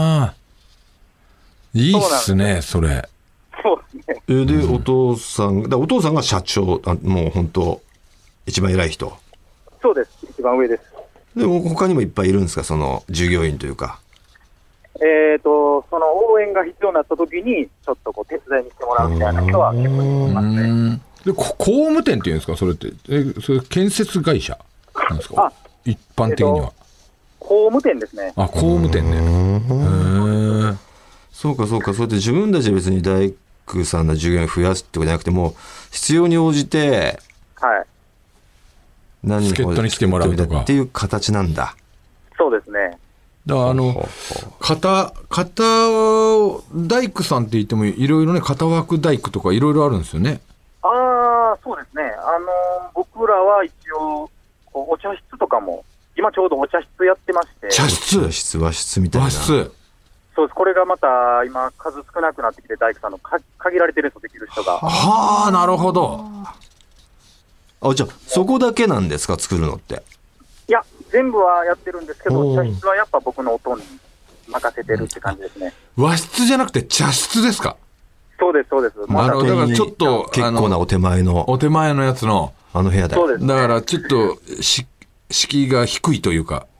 いいっすね、それ。 そうですね。 で、お父さんが社長、もう本当、一番偉い人。 そうです、一番上です。 でも他にもいっぱいいるんですか、その従業員というか。 その応援が必要になった時に、ちょっと手伝いにしてもらうみたいな人は結構いますね。 で、工務店っていうんですか、それって。それ建設会社なんですか？一般的には。 工務店ですね。 工務店ね。 そうか。そうやって自分たちで別に大工さんの従業員を増やすってことじゃなくても、必要に応じて、 はい。 何助っ人に来てもらうとかっていう形なんだ。 そうですね。 だから型大工さんって言ってもいろいろね、型枠大工とかいろいろあるんですよね。 そうですね。僕らは一応、お茶室とかも、今ちょうどお茶室やってまして。 和室みたいな。 和室。 そうです。これがまた今数少なくなってきて、大工さんの限られてる人できる人が。 はあ、なるほど。 じゃあそこだけなんですか、作るのって。 いや、全部はやってるんですけど、茶室はやっぱ僕の音に任せてるって感じですね。 和室じゃなくて茶室ですか。 そうです。 なるほど。だからちょっと結構なお手前のやつの部屋だ。 そうです、ね。 だからちょっと敷居が低いというか、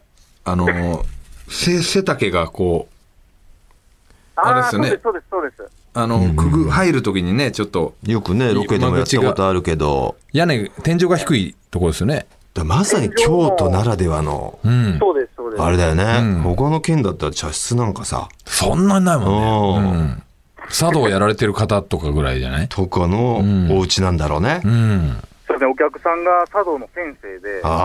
背丈がこう、あれですよね。 そうです。 入るときにね、ちょっと。 よくね、ロケでもやったことあるけど。 天井が低いところですよね。 まさに京都ならではの。 そうです。 あれだよね。他の県だったら茶室なんかさ。 そんなにないもんね。茶道をやられてる方とかぐらいじゃないとかのお家なんだろうね。 そうですね、お客さんが茶道の先生で。 だ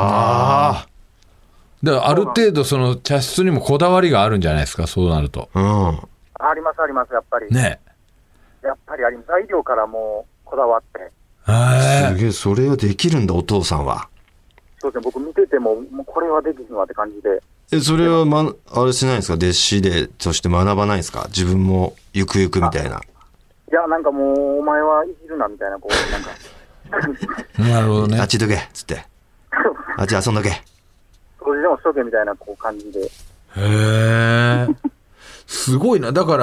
からある程度その茶室にもこだわりがあるんじゃないですか、そうなると。 あります、やっぱり。 ね。 やっぱりあります。材料からもこだわって。 すげえ、それはできるんだ、お父さんは。 そうですね、僕見てても、もうこれはできるわって感じで。 それは、あれしないんですか、弟子で、そして学ばないんですか、自分もゆくゆくみたいな。 いや、なんかもう、お前はいじるなみたいな、 なるほどね。 あっちどけ、つって。あっち遊んどけ。 掃除でもしとけみたいな感じで。 へえ。すごいな。だから、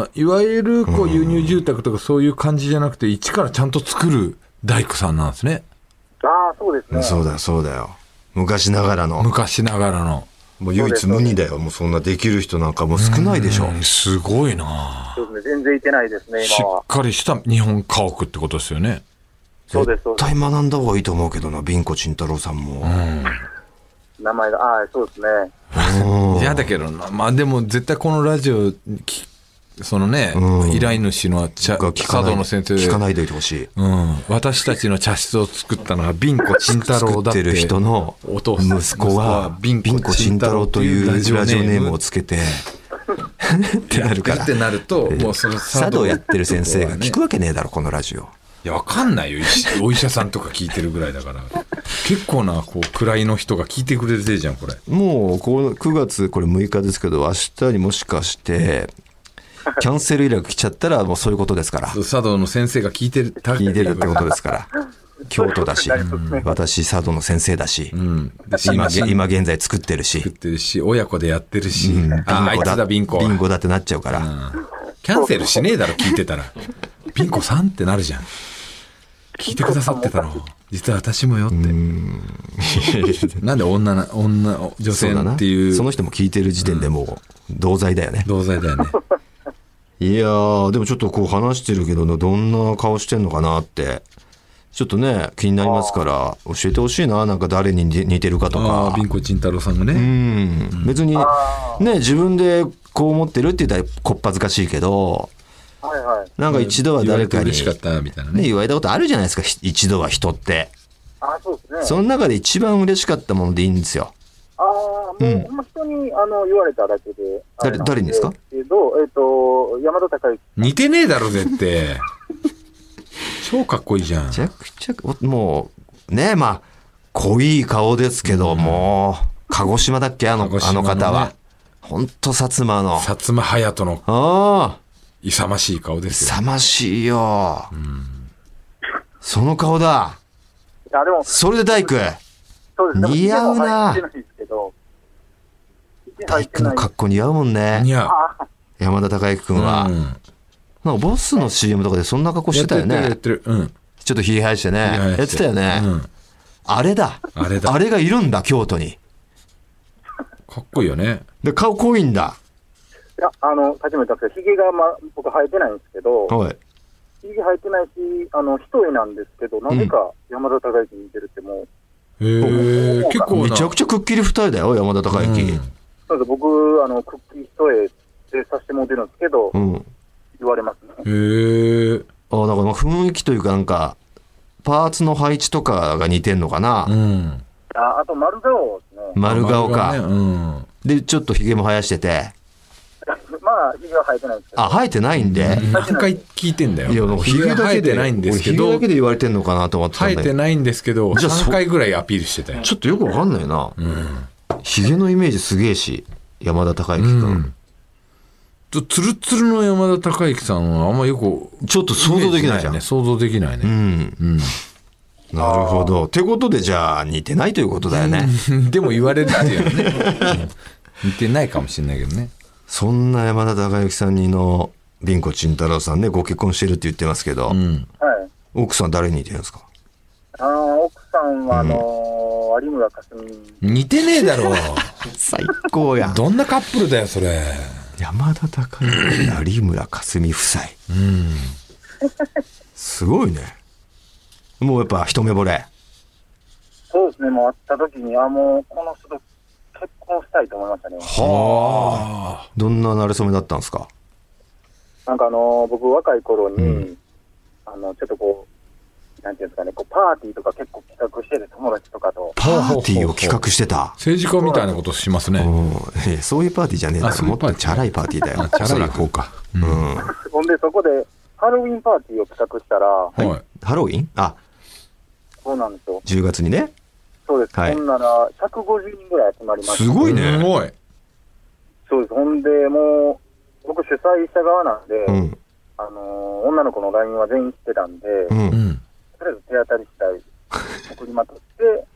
いわゆる輸入住宅とかそういう感じじゃなくて、一からちゃんと作る大工さんなんですね。 そうですね。 そうだよ。昔ながらの。もう唯一無二だよ。もうそんなできる人なんかもう少ないでしょ。 すごいな。 そうですね。全然いてないですね、今は。 しっかりした日本家屋ってことですよね。 そうです。 絶対学んだ方がいいと思うけどな、ビンコ陳太郎さんも。 名前が、そうですね。 嫌だけどな。でも絶対このラジオ、そのね、依頼主の茶道の先生で。 聞かないでいてほしい。 私たちの茶室を作ったのはビンコ陳太郎だって。 作ってる人の息子はビンコ陳太郎というラジオネームをつけてってなるから。 ってなると、もうその茶道やってる先生が聞くわけねえだろ、このラジオ。 いや、わかんないよ。お医者さんとか聞いてるぐらいだから。結構な、位の人が聞いてくれてるじゃん、これ。 もう、9月、これ6日ですけど、明日にもしかして、キャンセル依頼が来ちゃったら、もうそういうことですから。 茶道の先生が聞いてるってことですから。京都だし、私、茶道の先生だし、今現在作ってるし、 親子でやってるし、あいつだ、ビンコ。 ビンコだってなっちゃうから。 キャンセルしねえだろ、聞いてたら。ビンコさんってなるじゃん。聞いてくださってたの。実は私もよって。なんで女性っていう。 その人も聞いてる時点でもう同罪だよね。いやー、でもちょっと話してるけど、どんな顔してんのかなって、ちょっとね、気になりますから、教えてほしいな、なんか誰に似てるかとか。 ビンコ陳太郎さんがね。 別に、ね、自分でこう思ってるって言ったらこっぱずかしいけど、なんか一度は誰かに、 嬉しかったみたいなね。 言われたことあるじゃないですか、一度は人って。 そうですね。 その中で一番嬉しかったものでいいんですよ。 もう人に言われただけで。 誰にですか？ 山田孝之。 似てねえだろ、絶対。超かっこいいじゃん。 めちゃくちゃ、もう、ね、濃い顔ですけど、もう、鹿児島だっけ、あの方は。ほんと、薩摩隼人の、勇ましい顔ですよ。 勇ましいよ。その顔だ。それで大工。似合うな。大工の格好似合うもんね。山田孝之君は。なんかボスの CM とかでそんな格好してたよね。 やってる。 ちょっとひげ生やしてね。やってたよね。あれだ。あれがいるんだ、京都に。 かっこいいよね。 で、顔濃いんだ。 いや、さっきも言ったんですけど、ひげが僕生えてないんですけど、ひげ生えてないし、一重なんですけど、なぜか山田孝之に似てるってもう。 結構めちゃくちゃくっきり二重だよ、山田孝之。 そうです、僕、くっきり一重でさせてもらってるんですけど、言われますね。 へえ。 だから雰囲気というか、なんか、パーツの配置とかが似てんのかな。 あと丸顔ですね。 丸顔か。で、ちょっとヒゲも生やしてて。 まあ、ヒゲは生えてないんですけど。 生えてないんで。 何回聞いてんだよ。 いや、ヒゲだけでないんですけど。 ヒゲだけで言われてんのかなと思ってたんだ生えてないんですけど、3回ぐらいアピールしてたよ。 ちょっとよくわかんないな。ヒゲのイメージすげえし、山田孝之君。 ツルツルの山田孝之さんはあんまよくちょっと想像できないじゃん。 想像できないね。 なるほど。ってことでじゃあ似てないということだよね。 でも言われるっていうのね。似てないかもしれないけどね。 そんな山田孝之さんにのビンコチン太郎さんね、ご結婚してるって言ってますけど、奥さん誰に似てるんですか？ 奥さんは有村架純。 似てねえだろ。 最高やん。 どんなカップルだよそれ。 山田孝之、有村架純夫妻。すごいね。もうやっぱ一目惚れ。 そうですね。もう会った時にもうこの人と結婚したいと思いましたね。 はあ。どんな馴れ初めだったんですか？ なんか僕若い頃に、ちょっとこうなんていうんですかね、こうパーティーとか結構企画してて、友達とかと。 パーティーを企画してた。 政治家みたいなことしますね。 そういうパーティーじゃねえだろ。もっとチャラいパーティーだよ。 チャラい方か。 ほんでそこでハロウィンパーティーを企画したら、 ハロウィン？ そうなんですよ。 10月にね。 そうです。ほんなら150人ぐらい集まりました。 すごいね。 すごい。 そうです。ほんでもう僕主催者側なんで、女の子の LINE は全員知ってたんで、とりあえず手当たり次第送りまとって、で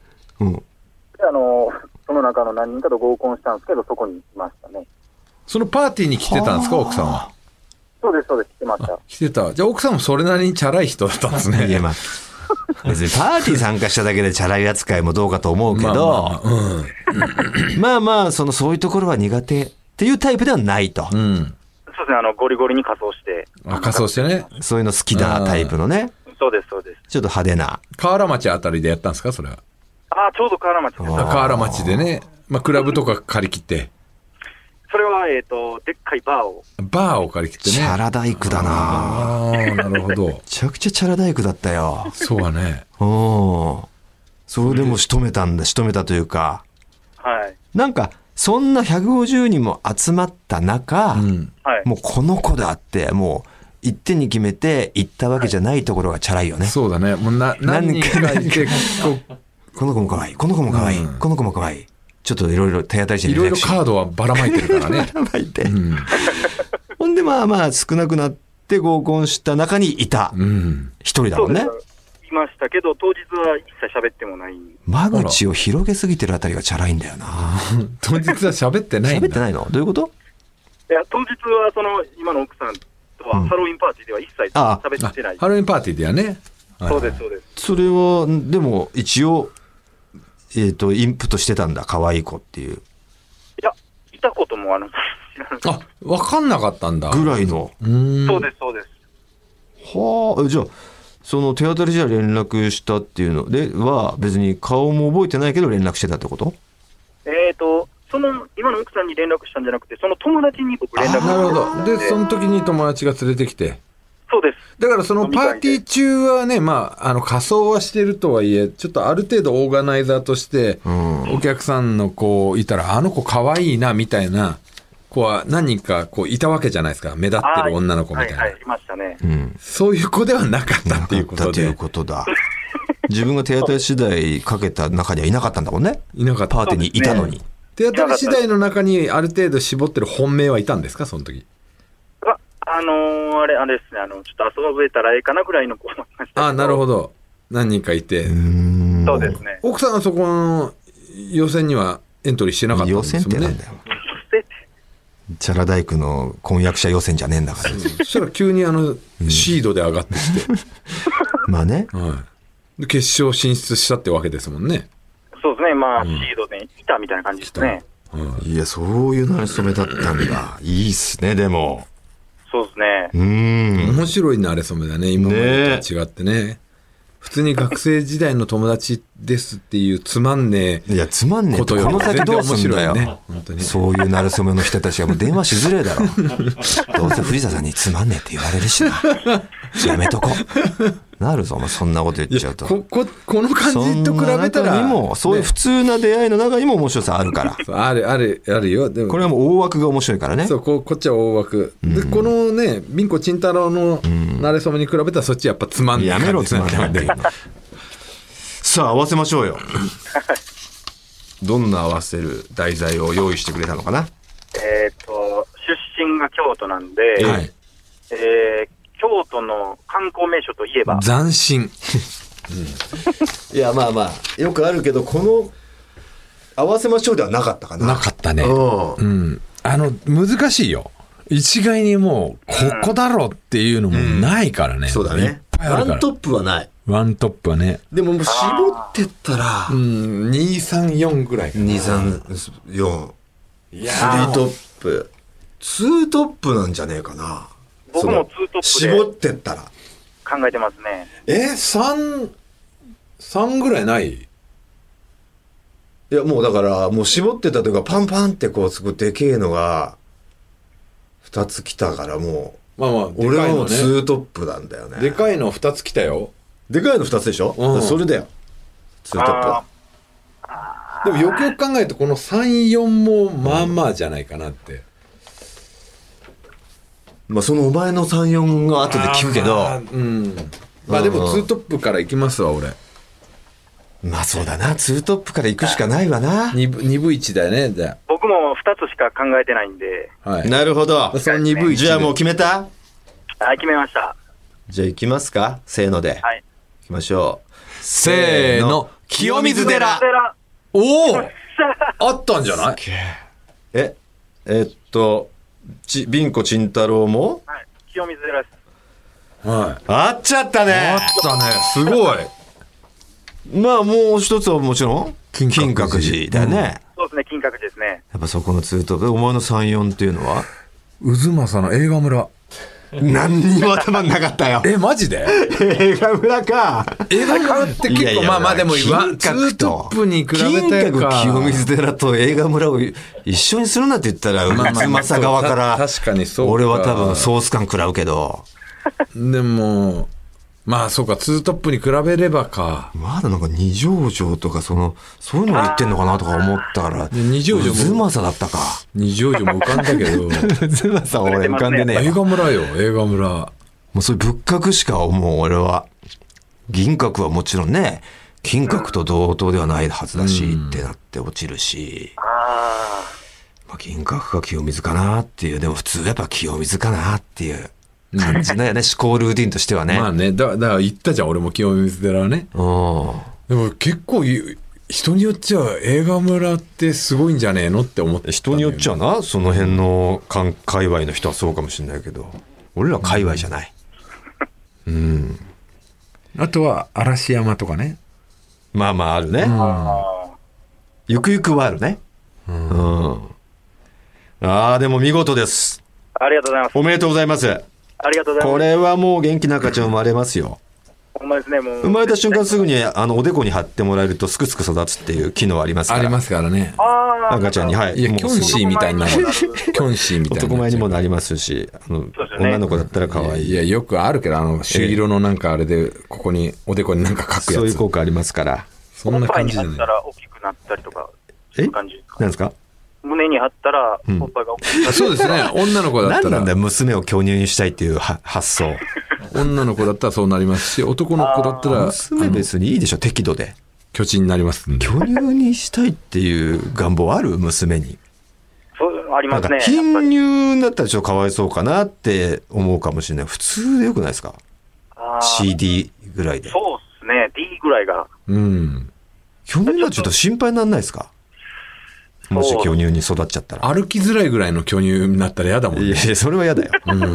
その中の何人かと合コンしたんですけど、そこに来ましたね。 そのパーティーに来てたんですか、奥さんは？ そうです、そうです、来てました。 来てた。じゃあ奥さんもそれなりにチャラい人だったんですね。 いや、まあ、別にパーティー参加しただけでチャラい扱いもどうかと思うけど、まあまあ、そういうところは苦手っていうタイプではないと。 そうですね、ゴリゴリに仮装して。 仮装してね。 そういうの好きなタイプのね。 そうです、そうです。 ちょっと派手な。 河原町あたりでやったんですか、それは？ ちょうど河原町です。 河原町でね、クラブとか借り切って。 それは、でっかいバーを借り切ってね。 チャラ大工だな。 なるほど。めちゃくちゃチャラ大工だったよ。 そうはね。 それでも仕留めたというか。 はい。 なんか、そんな150人も集まった中、もうこの子だって、もう一手に決めて行ったわけじゃないところがチャラいよね。 そうだね。もう何人かいて、 この子も可愛い、この子も可愛い、この子も可愛い。ちょっといろいろ手当たりしていろいろカードはばらまいてるからね。 ばらまいて。ほんでまあまあ少なくなって合コンした中にいた。一人だもんね。 いましたけど、当日は一切喋ってもない。 間口を広げすぎてるあたりがチャラいんだよな。 当日は喋ってないんだ。 喋ってないの？どういうこと？ いや、当日は今の奥さんとはハロウィンパーティーでは一切喋ってない。 ハロウィンパーティーではね。 そうです、そうです。 それは、でも一応、インプットしてたんだ、可愛い子っていう。 いや、いたことも知らない。 分かんなかったんだ。 ぐらいの。 そうです、そうです。 はあ、じゃあ、その手当たりじゃ連絡したっていうのでは、別に顔も覚えてないけど連絡してたってこと？ 今の奥さんに連絡したんじゃなくて、その友達に僕連絡した。 なるほど。で、その時に友達が連れてきて。 そうです。 だからそのパーティー中はね、仮装はしてるとはいえ、ちょっとある程度オーガナイザーとして、お客さんの子いたら、あの子可愛いな、みたいな子は何人かいたわけじゃないですか。目立ってる女の子みたいな。 はい、いましたね。 そういう子ではなかったっていうことで。 ということだ。自分が手当たり次第かけた中にはいなかったんだもんね。 いなかった。 パーティーにいたのに。 手当たり次第の中にある程度絞ってる本命はいたんですか、その時？ あれですね、ちょっと遊べたらええかなぐらいの子もいました。 なるほど。何人かいて。 そうですね。 奥さんはそこの予選にはエントリーしてなかったんですもんね。 予選ってなんだよ。チャラ大工の婚約者予選じゃねえんだから。 そしたら急にシードで上がってきて。 まあね。 で決勝進出したってわけですもんね。 そうですね、シードでいたみたいな感じですね。 いや、そういう馴れ初めだったんだ。いいっすね、でも。 そうですね。 面白い馴れ初めだね、今までと違ってね。 普通に学生時代の友達ですっていうつまんねえ。 いや、つまんねえことよりこの先どうすんだよ。 全然面白いね本当にそういうなるそめの人たちはもう電話しづれえだろ。どうせ藤田さんにつまんねえって言われるしな。やめとこ。なるぞ、お前そんなこと言っちゃうと。 この感じと比べたら。 そんな中にも、そういう普通な出会いの中にも面白さあるから。 あるよ。でもこれはもう大枠が面白いからね。 そう、こっちは大枠。で、このね、ビンコチンタロウのなれそめに比べたらそっちやっぱつまんない。 やめろ、つまんないって。さあ、合わせましょうよ。どんな合わせる題材を用意してくれたのかな。 出身が京都なんで、 はい。 京都の観光名所といえば、 斬新。 いや、まあまあ、よくあるけど、この、合わせましょうではなかったかな。 なかったね。 うん。 難しいよ。一概にもう、ここだろっていうのもないからね。 そうだね。 いっぱいあるから。 ワントップはない。 ワントップはね。 でももう絞ってったら、 2、3、4ぐらいかな。 2、3、4。 いや 3トップ。2トップなんじゃねえかな。 僕も2トップで絞ってったら。 考えてますね。 3ぐらいない？ いや、もうだから、もう絞ってたというか、パンパンってこうつくでけえのが、2つ来たからもう、 まあまあ、 俺はもう2トップなんだよね。 でかいの2つ来たよ。 でかいの2つでしょ、 うん、 それだよ。2トップは。 でもよくよく考えると、この3、4もまあまあじゃないかなって。 まあそのお前の3、4が後で聞くけど。 まあでも2トップから行きますわ、俺。 まあそうだな、2トップから行くしかないわな。 2分1だよね、じゃあ。 僕も2つしか考えてないんで。 はい。 なるほど。 その2分1。 じゃあもう決めた？ はい、決めました。 じゃあ行きますか？せーので。 はい。 行きましょう。 せーの。清水寺。おおあったんじゃない？ ビンコチン太郎も？ はい。清水寺です。 はい。 あっちゃったね。 あったね。すごい。 まあもう一つはもちろん金閣寺だよね、 そうですね、金閣寺ですね。 やっぱそこのツートップ。お前の3、4っていうのは渦政の映画村。 何にも頭になかったよ。 マジで？ 映画村か。 映画村って結構まあまあでもツートップに比べて金閣清水寺と映画村を一緒にするなって言ったら渦政側から確かにそうか。 俺は多分ソース感食らうけど。 でもまあそうか、ツートップに比べればか。 まだなんか二条城とかそういうのを言ってんのかなとか思ったから二条城も渦政だったか。 二条城も浮かんだけど渦政は俺浮かんでねえ。 映画村よ、映画村。 もうそういう仏閣しか思う俺は。銀閣はもちろんね、金閣と同等ではないはずだし、ってなって落ちるし、まあ、銀閣か清水かなっていう。でも普通やっぱ清水かなっていう感じだよね、思考ルーティンとしてはね。 まあね、だから言ったじゃん、俺も清水寺はね。でも結構人によっちゃ映画村ってすごいんじゃねえのって思って、 人によっちゃな、その辺の界隈の人はそうかもしれないけど、俺ら界隈じゃない。 あとは嵐山とかね。 まあまああるね。ゆくゆくはあるね。ああ、でも見事です。 ありがとうございます。 おめでとうございます。 ありがとうございます。 これはもう元気な赤ちゃん生まれますよ。 ほんまですね、もう。 生まれた瞬間すぐにおでこに貼ってもらえるとすくすく育つっていう機能ありますから。 ありますからね。 赤ちゃんに、はい。 いや、キョンシーみたいな。キョンシーみたいな。 男前にもなりますし、女の子だったら可愛い。 いや、よくあるけど、朱色のなんかあれで、ここに、おでこになんか書くやつ。 そういう効果ありますから。 そんな感じで。おっぱいに貼ったら大きくなったりとか、そういう感じですか？ なんですか？ 胸に貼ったら、おっぱいが大きくなったり。 そうですね。女の子だったら。 何なんだよ、娘を巨乳にしたいっていう発想。 女の子だったらそうなりますし、男の子だったら娘別にいいでしょ、適度で巨人になりますんで。 巨乳にしたいっていう願望ある？娘に。 そうありますね。 貧乳だったらちょっとかわいそうかなって思うかもしれない。普通でよくないですか？ CD ぐらいで。 そうですね、D ぐらいが。 巨乳はちょっと心配にならないですか？もし巨乳に育っちゃったら。 歩きづらいぐらいの巨乳になったら嫌だもんね。 いや、それは嫌だよ。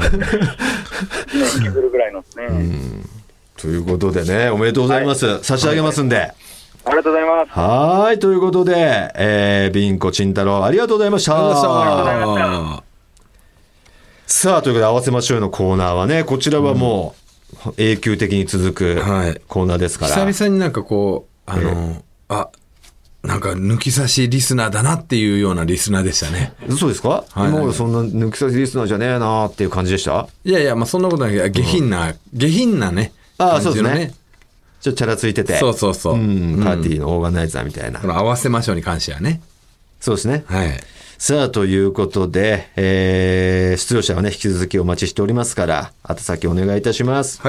削るぐらいのですね。 ということでね、おめでとうございます。差し上げますんで。 ありがとうございます。 はい、ということで、ビンコチン太郎ありがとうございました。 ありがとうございました。 さあ、ということで合わせましょうのコーナーはね、こちらはもう、 永久的に続くコーナーですから、 久々になんかこうなんか抜き差しリスナーだなっていうようなリスナーでしたね。 そうですか、今までそんな抜き差しリスナーじゃねえなっていう感じでした？ いやいや、まあそんなことないけど、下品なね。 そうですね。ちょっとチャラついてて。 そう。 パーティーのオーガナイザーみたいな。 この合わせましょうに関してはね。 そうですね。 はい。 さあ、ということで、出場者はね、引き続きお待ちしておりますから、宛先お願いいたします。 はい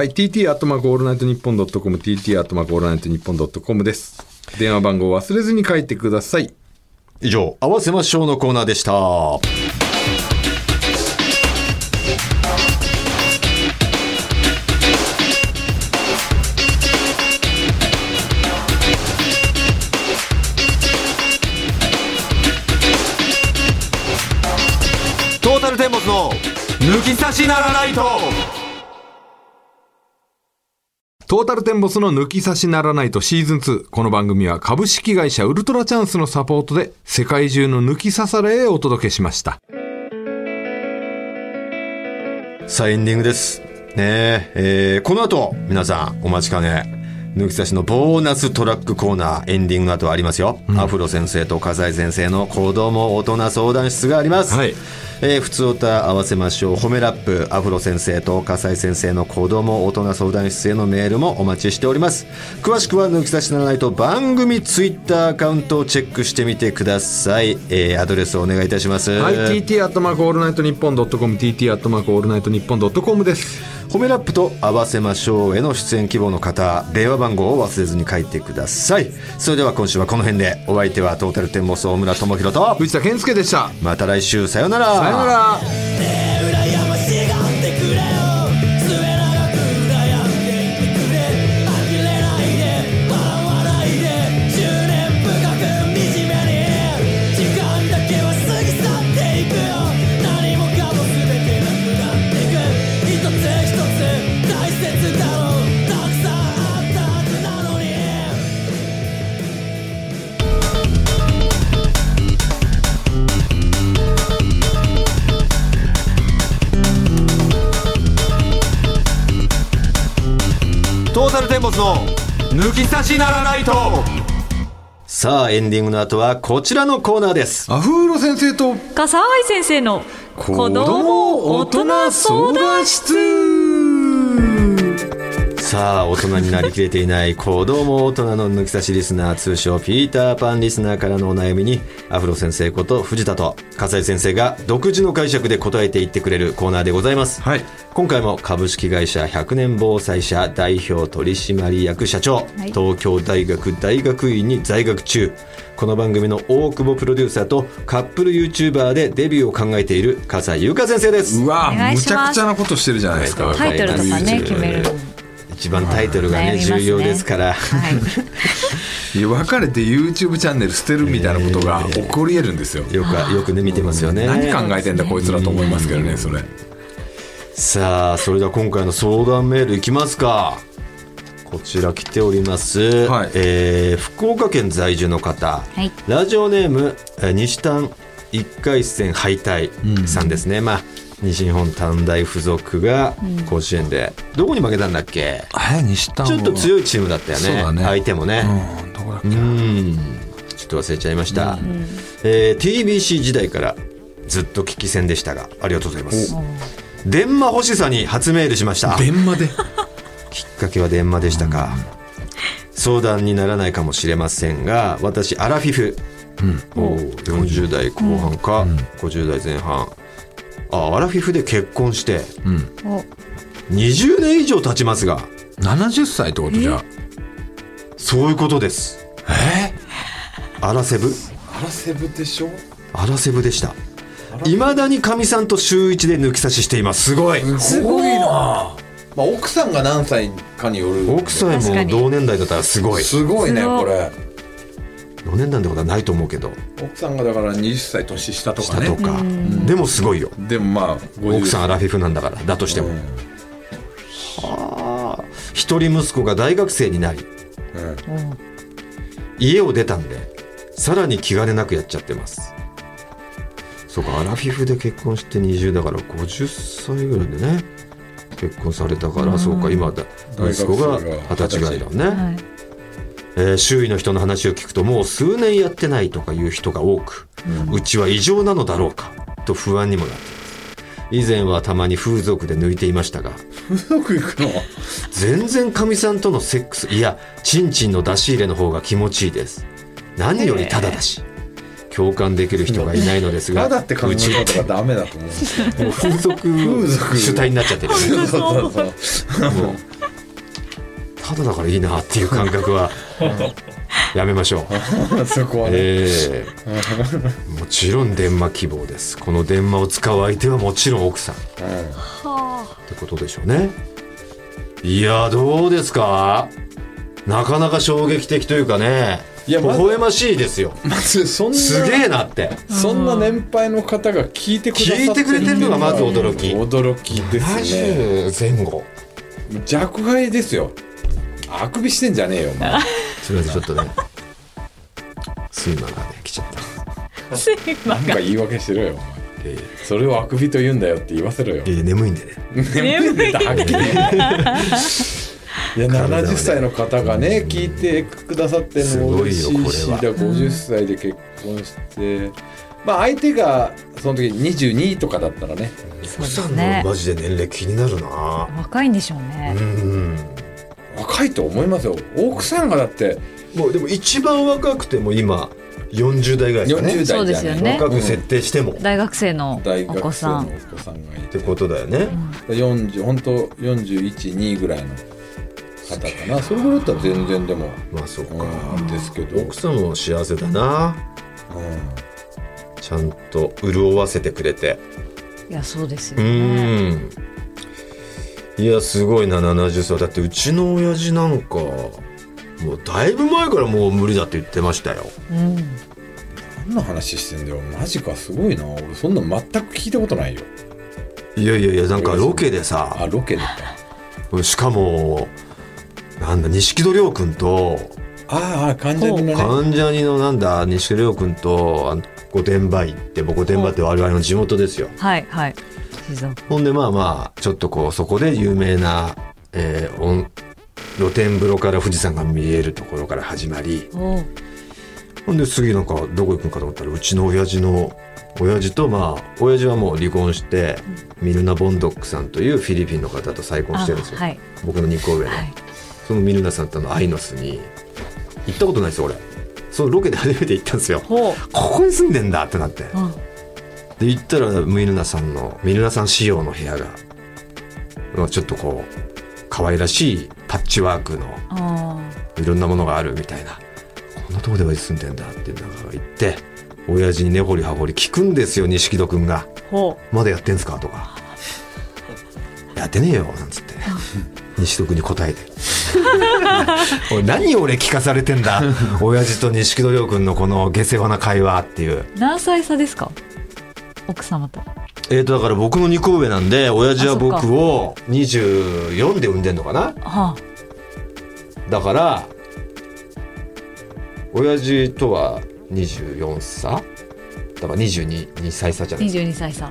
、tt@allnightnippon.com、tt@allnightnippon.com です。電話番号を忘れずに書いてください。 以上、合わせましょうのコーナーでした。トータルテンボスの抜き差しならないと。 トータルテンボスの抜き差しならないとシーズン2。この番組は株式会社ウルトラチャンスのサポートで世界中の抜き差されへお届けしました。 さあエンディングですね。この後皆さんお待ちかね、抜き差しのボーナストラックコーナー、エンディングの後ありますよ、アフロ先生と笠井先生の子供大人相談室があります。 はい。 ふつおた合わせましょう褒めラップ、アフロ先生と笠井先生の子供大人相談室へのメールもお待ちしております。詳しくは抜き差しならないと番組ツイッターアカウントをチェックしてみてください。アドレスをお願いいたします。 はい、tt@allnightnippon.com、tt@allnightnippon.com です。 褒めラップと合わせましょうへの出演希望の方、電話番号を忘れずに書いてください。それでは今週はこの辺で。お相手はトータルテンボス大村智広と藤田健介でした。 また来週、さよなら。 さよなら。 トータルテンボスの抜き差しならないと。さあエンディングの後はこちらのコーナーです。 アフーロ先生と笠井先生の子供大人相談室。 さあ大人になりきれていない子供大人の抜き差しリスナー、通称ピーターパンリスナーからのお悩みにアフロ先生こと藤田と笠井先生が独自の解釈で答えていってくれるコーナーでございます。 はい。 今回も株式会社100年防災社代表取締役社長、東京大学大学院に在学中、この番組の大久保プロデューサーとカップル YouTuber でデビューを考えている笠井優香先生です。 うわ、むちゃくちゃなことしてるじゃないですか。 タイトルとかね決める。 一番タイトルがね、重要ですから、 はい、 いや別れて YouTube チャンネル捨てるみたいなことが起こり得るんですよ。 よくね見てますよね。 何考えてんだこいつらと思いますけどね、それ。 さあそれでは今回の相談メールいきますか。こちら来ております、 はい。 福岡県在住の方、 はい、 ラジオネーム西丹1回戦敗退さんですね。まあ西日本短大附属が甲子園で、どこに負けたんだっけ。 西丹ちょっと強いチームだったよ ね、相手もね。 どこだっけ。 ちょっと忘れちゃいました。TBC 時代からずっと聞き戦でしたが、ありがとうございます。電話欲しさに初メールしました。 電話できっかけは電話でしたか。相談にならないかもしれませんが、私アラフィフ、40代後半か、50代前半、アラフィフで結婚して、20年以上経ちますが、 70歳ってことじゃ。 そういうことです。アラセブでしょ。 アラセブでした。未だにかみさんと週1で抜き差ししています。すごいな。まあ、奥さんが何歳かによる。 奥さんも同年代だったらすごい。 すごいねこれ。 同年代ってことはないと思うけど、 奥さんがだから20歳年下とかね。 でもすごいよ。 でもまあ奥さんアラフィフなんだから、だとしても。はあ。一人息子が大学生になり、家を出たんでさらに気兼ねなくやっちゃってます。そうか、アラフィフで結婚して20だから50歳ぐらいでね。 結婚されたから、そうか、今だ息子が20歳ぐらいだね、周囲の人の話を聞くともう数年やってないとかいう人が多く、うちは異常なのだろうかと不安にもなっています。以前はたまに風俗で抜いていましたが、 風俗行くの？ 全然かみさんとのセックス、いやチンチンの出し入れの方が気持ちいいです。何よりタダだし、共感できる人がいないのですが、 タダって考え方がダメだと思うんですよ。 もう風俗主体になっちゃってるよね。 そうもうタダだからいいなっていう感覚はやめましょう。 そこはね、 もちろん電話希望です。この電話を使う相手はもちろん奥さん、ってことでしょうね。いやどうですか、なかなか衝撃的というかね、微笑ましいですよ。 まずそんなすげえなって、 そんな年配の方が聞いてくださってくれてるのがまず驚きですね。 70前後若輩ですよ。あくびしてんじゃねえよお前。 すみません、ちょっとね睡魔がね来ちゃった。 睡魔がなんか言い訳してろよお前、それをあくびと言うんだよって言わせろよ。 眠いんでね。 眠いんではっきりいや70歳の方がね聞いてくださってるのも嬉しいし、50歳で結婚して、まあ相手がその時22とかだったらね、 奥さんのマジで年齢気になるな。 若いんでしょうね。 若いと思いますよ。奥さんがだってもうでも一番若くても今40代ぐらいですかね。 40代そうですよね。 若く設定しても、 大学生のお子さんがいてってことだよね。 40本当41、2ぐらいの方かな。それぐらいだったら全然でもまあそうか、 ですけど、 奥さんも幸せだな、ちゃんと潤わせてくれて。 いやそうですよね。 いやすごいな70歳だって。うちの親父なんかもうだいぶ前からもう無理だって言ってましたよ。 何の話してんだよマジか、すごいな。俺そんな全く聞いたことないよ。 いやなんかロケでさ、 ロケでか、 しかもなんだ錦戸亮君と関ジャニのね、 関ジャニのなんだ錦戸亮君と御殿場行って、御殿場って我々の地元ですよ。 はいはい。 ほんでまあちょっとこうそこで有名な、露天風呂から富士山が見えるところから始まり、ほんで次なんかどこ行くのかと思ったら、うちの親父と親父はもう離婚して、ミルナ・ボンドックさんというフィリピンの方と再婚してるんですよ、僕の2個上の、そのミルナさんとのアイノスに行ったことないですよ俺。そのロケで初めて行ったんですよ。ここに住んでんだってなって、で行ったらミルナさん仕様の部屋がちょっとこう可愛らしいパッチワークのいろんなものがあるみたいな、こんなとこで住んでんだっていうのが言って、親父に根掘り葉掘り聞くんですよ。錦戸くんがまだやってんすかとか、やってねえよなんつって錦戸くんに答えて何俺聞かされてんだ親父と錦戸亮くんのこの下世話な会話っていう。 何歳差ですか奥様と。 だから僕の2個上なんで、親父は僕を24で産んでんのかな、だから親父とは24差だから22歳差じゃないですか。 22歳差、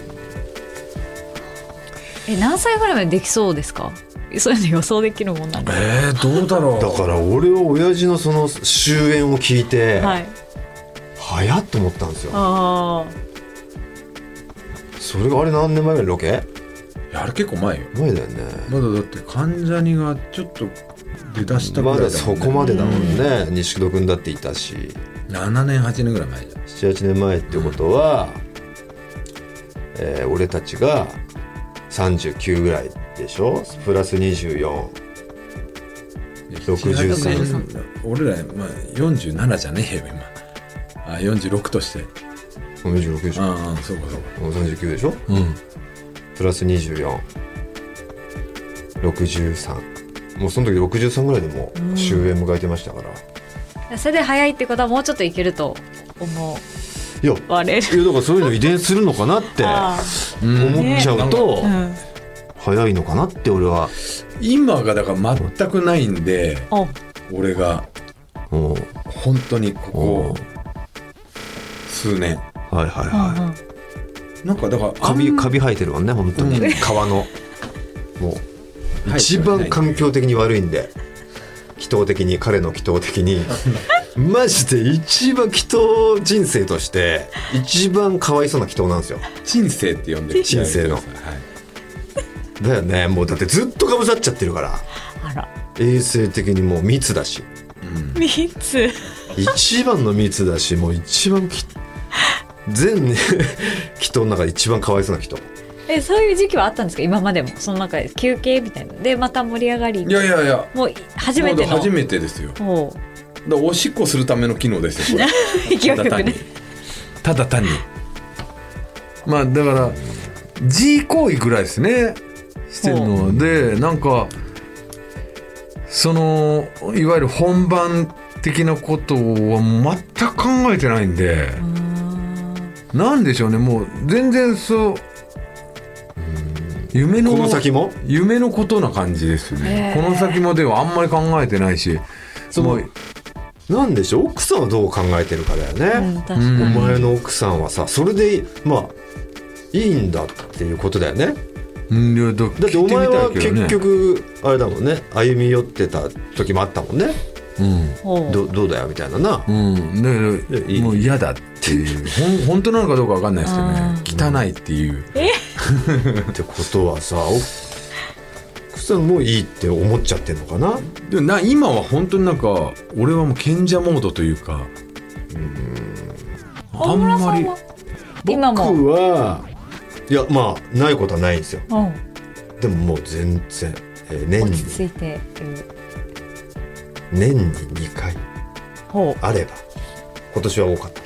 何歳ぐらいまでできそうですか。そういうの予想できるもんなんですか。 どうだろう。 だから俺は親父のその終焉を聞いて、早っと思ったんですよ。それがあれ何年前ぐらいロケ？ あれ結構前よ。 前だよね。 まだだって関ジャニがちょっと出だしたぐらいだもんね。 まだそこまでだもんね。錦戸くんだっていたし。 7年8年ぐらい前じゃん。 7、8年前ってことは、俺たちが39ぐらいでしょ。プラス24。63。 俺ら、47じゃねえよ今。46として。 46でしょ。 そうか 39でしょ。プラス24。63。もうその時63ぐらいでもう終焉迎えてましたから。 それで早いってことはもうちょっといけると思われる。 いやだからそういうの遺伝するのかなって思っちゃうと、早いのかなって俺は。 今がだから全くないんで、俺が本当にここ数年。 なんかだからカビ生えてるもんね本当に、皮のもう一番環境的に悪いんで、祈祷的に、彼の祈祷的にマジで一番祈祷人生として一番かわいそうな祈祷なんですよ。 人生って呼んでる。 人生の、はい、だよね。もうだってずっとかぶさっちゃってるから、 あら、 衛生的にもう密だし、 密一番の密だし、もう一番全ね祈祷の中で一番かわいそうな祈祷。 そういう時期はあったんですか、今までも。その中で休憩みたいなでまた盛り上がり。 いやもう初めての。 初めてですよ。だからおしっこするための機能ですよ、これ。 勢いよくね。 ただ単にまあだからG 行為ぐらいですね、してるので、なんかそのいわゆる本番的なことは全く考えてないんで、なんでしょうね、もう全然そう夢の、 この先も夢のことな感じですよね。この先もではあんまり考えてないし、 なんでしょう、奥さんはどう考えてるかだよね、お前の奥さんはさ、それでまあいいんだっていうことだよね。 だってお前は結局あれだもんね、歩み寄ってた時もあったもんね、どうだよみたいなな、 もう嫌だっていう本当なのかどうか分かんないですけどね、汚いっていうってことはさ、奥さんもいいって思っちゃってんのかな。 でも今は本当になんか俺はもう賢者モードというか、あんまり今も僕はいや、まあないことはないんですよ、でももう全然、年に落ち着いて年に2回あれば、今年は多かった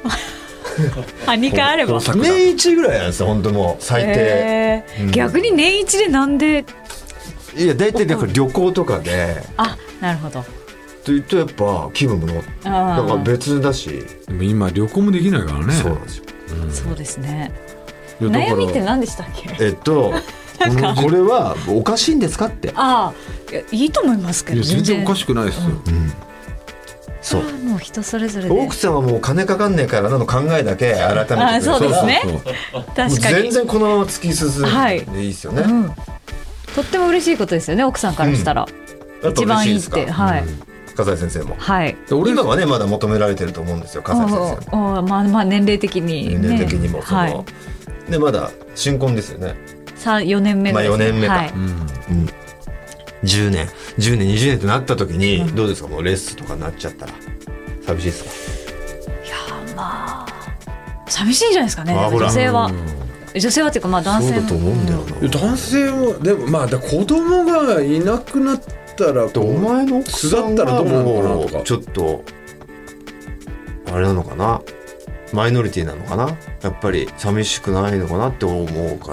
2回あれば年1ぐらいなんですよ、本当もう最低、 逆に年1でなんで。 いや大体だから旅行とかでなるほどというとやっぱ気分もだから別だし、 でも今旅行もできないからね。 そうなんですよ、 そうですね。悩みって何でしたっけ。 これはおかしいんですかって。 いいと思いますけど、 全然おかしくないですよ、 そう、 もう人それぞれで。 奥さんはもう金かかんねえからなの考えだけ改めてくれる。 そうですね、確かに全然このまま突き進んでいいですよね、 とっても嬉しいことですよね、奥さんからしたら、一番いいって。 笠井先生も、 今はねまだ求められてると思うんですよ、笠井先生も。 まあ年齢的にね、 年齢的にもでまだ新婚ですよね。 4年目ですね。 4年目か、10年20年となった時にどうですか、もうレッスンとかになっちゃったら寂しいですか。 いやまあ寂しいんじゃないですかね、女性はっていうか、まあ男性も。そうだと思うんだよな。 男性もでもまあ子供がいなくなったらお前の奥さんがもうちょっとあれなのかな、マイノリティなのかな、やっぱり寂しくないのかなって思うから、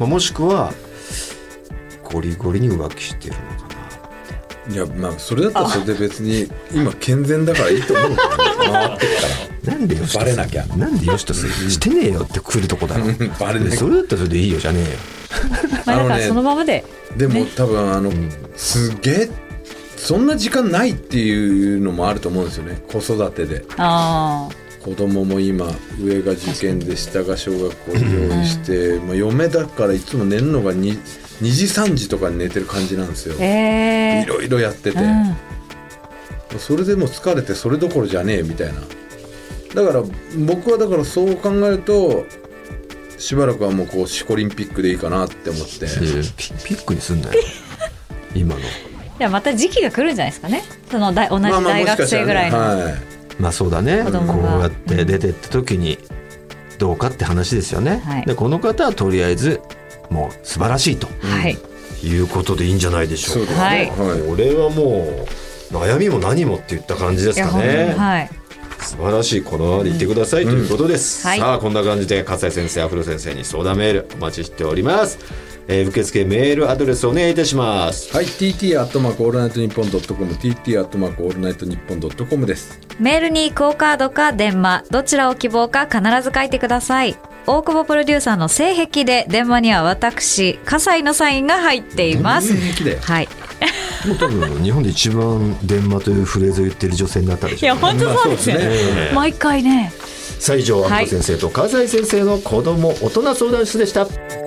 もしくはゴリゴリに浮気してるのかな。 いやまあそれだったらそれで別に今健全だからいいと思うからなんでよしとバレなきゃ、 なんでよしとしてねえよって来るとこだろバレなきゃ、 それだったらそれでいいよじゃねえよだからそのままで、 でも多分すげえそんな時間ないっていうのもあると思うんですよね、子育てで。子供も今上が受験で下が小学校用意して、嫁だからいつも寝るのが2時3時とかに寝てる感じなんですよ、いろいろやってて、それでもう疲れてそれどころじゃねえみたいな。だから僕はだからそう考えるとしばらくはもうこうシコリンピックでいいかなって思って。 ピックにすんなよ今の。いやまた時期が来るんじゃないですかね、その同じ大学生ぐらいの。 まあそうだね、こうやって出てった時にどうかって話ですよね、でこの方はとりあえずもう素晴らしいと、いうことでいいんじゃないでしょうか。これはもう悩みも何もって言った感じですかね。素晴らしい、このままでいってくださいということです、さあこんな感じで笠井先生、アフロ先生に相談メールお待ちしております。受付メールアドレスお願いいたします。 はい、tt@allnightnippon.com tt@allnightnippon.com です。 メールにクオカードか電話どちらを希望か必ず書いてください。大久保プロデューサーの性癖で電話には私笠井のサインが入っています。はい。 もう多分日本で一番電話というフレーズを言ってる女性になったでしょうね。 いや本当そうですね、毎回ね。 さあ以上、アフロ先生と笠井先生の子ども大人相談室でした。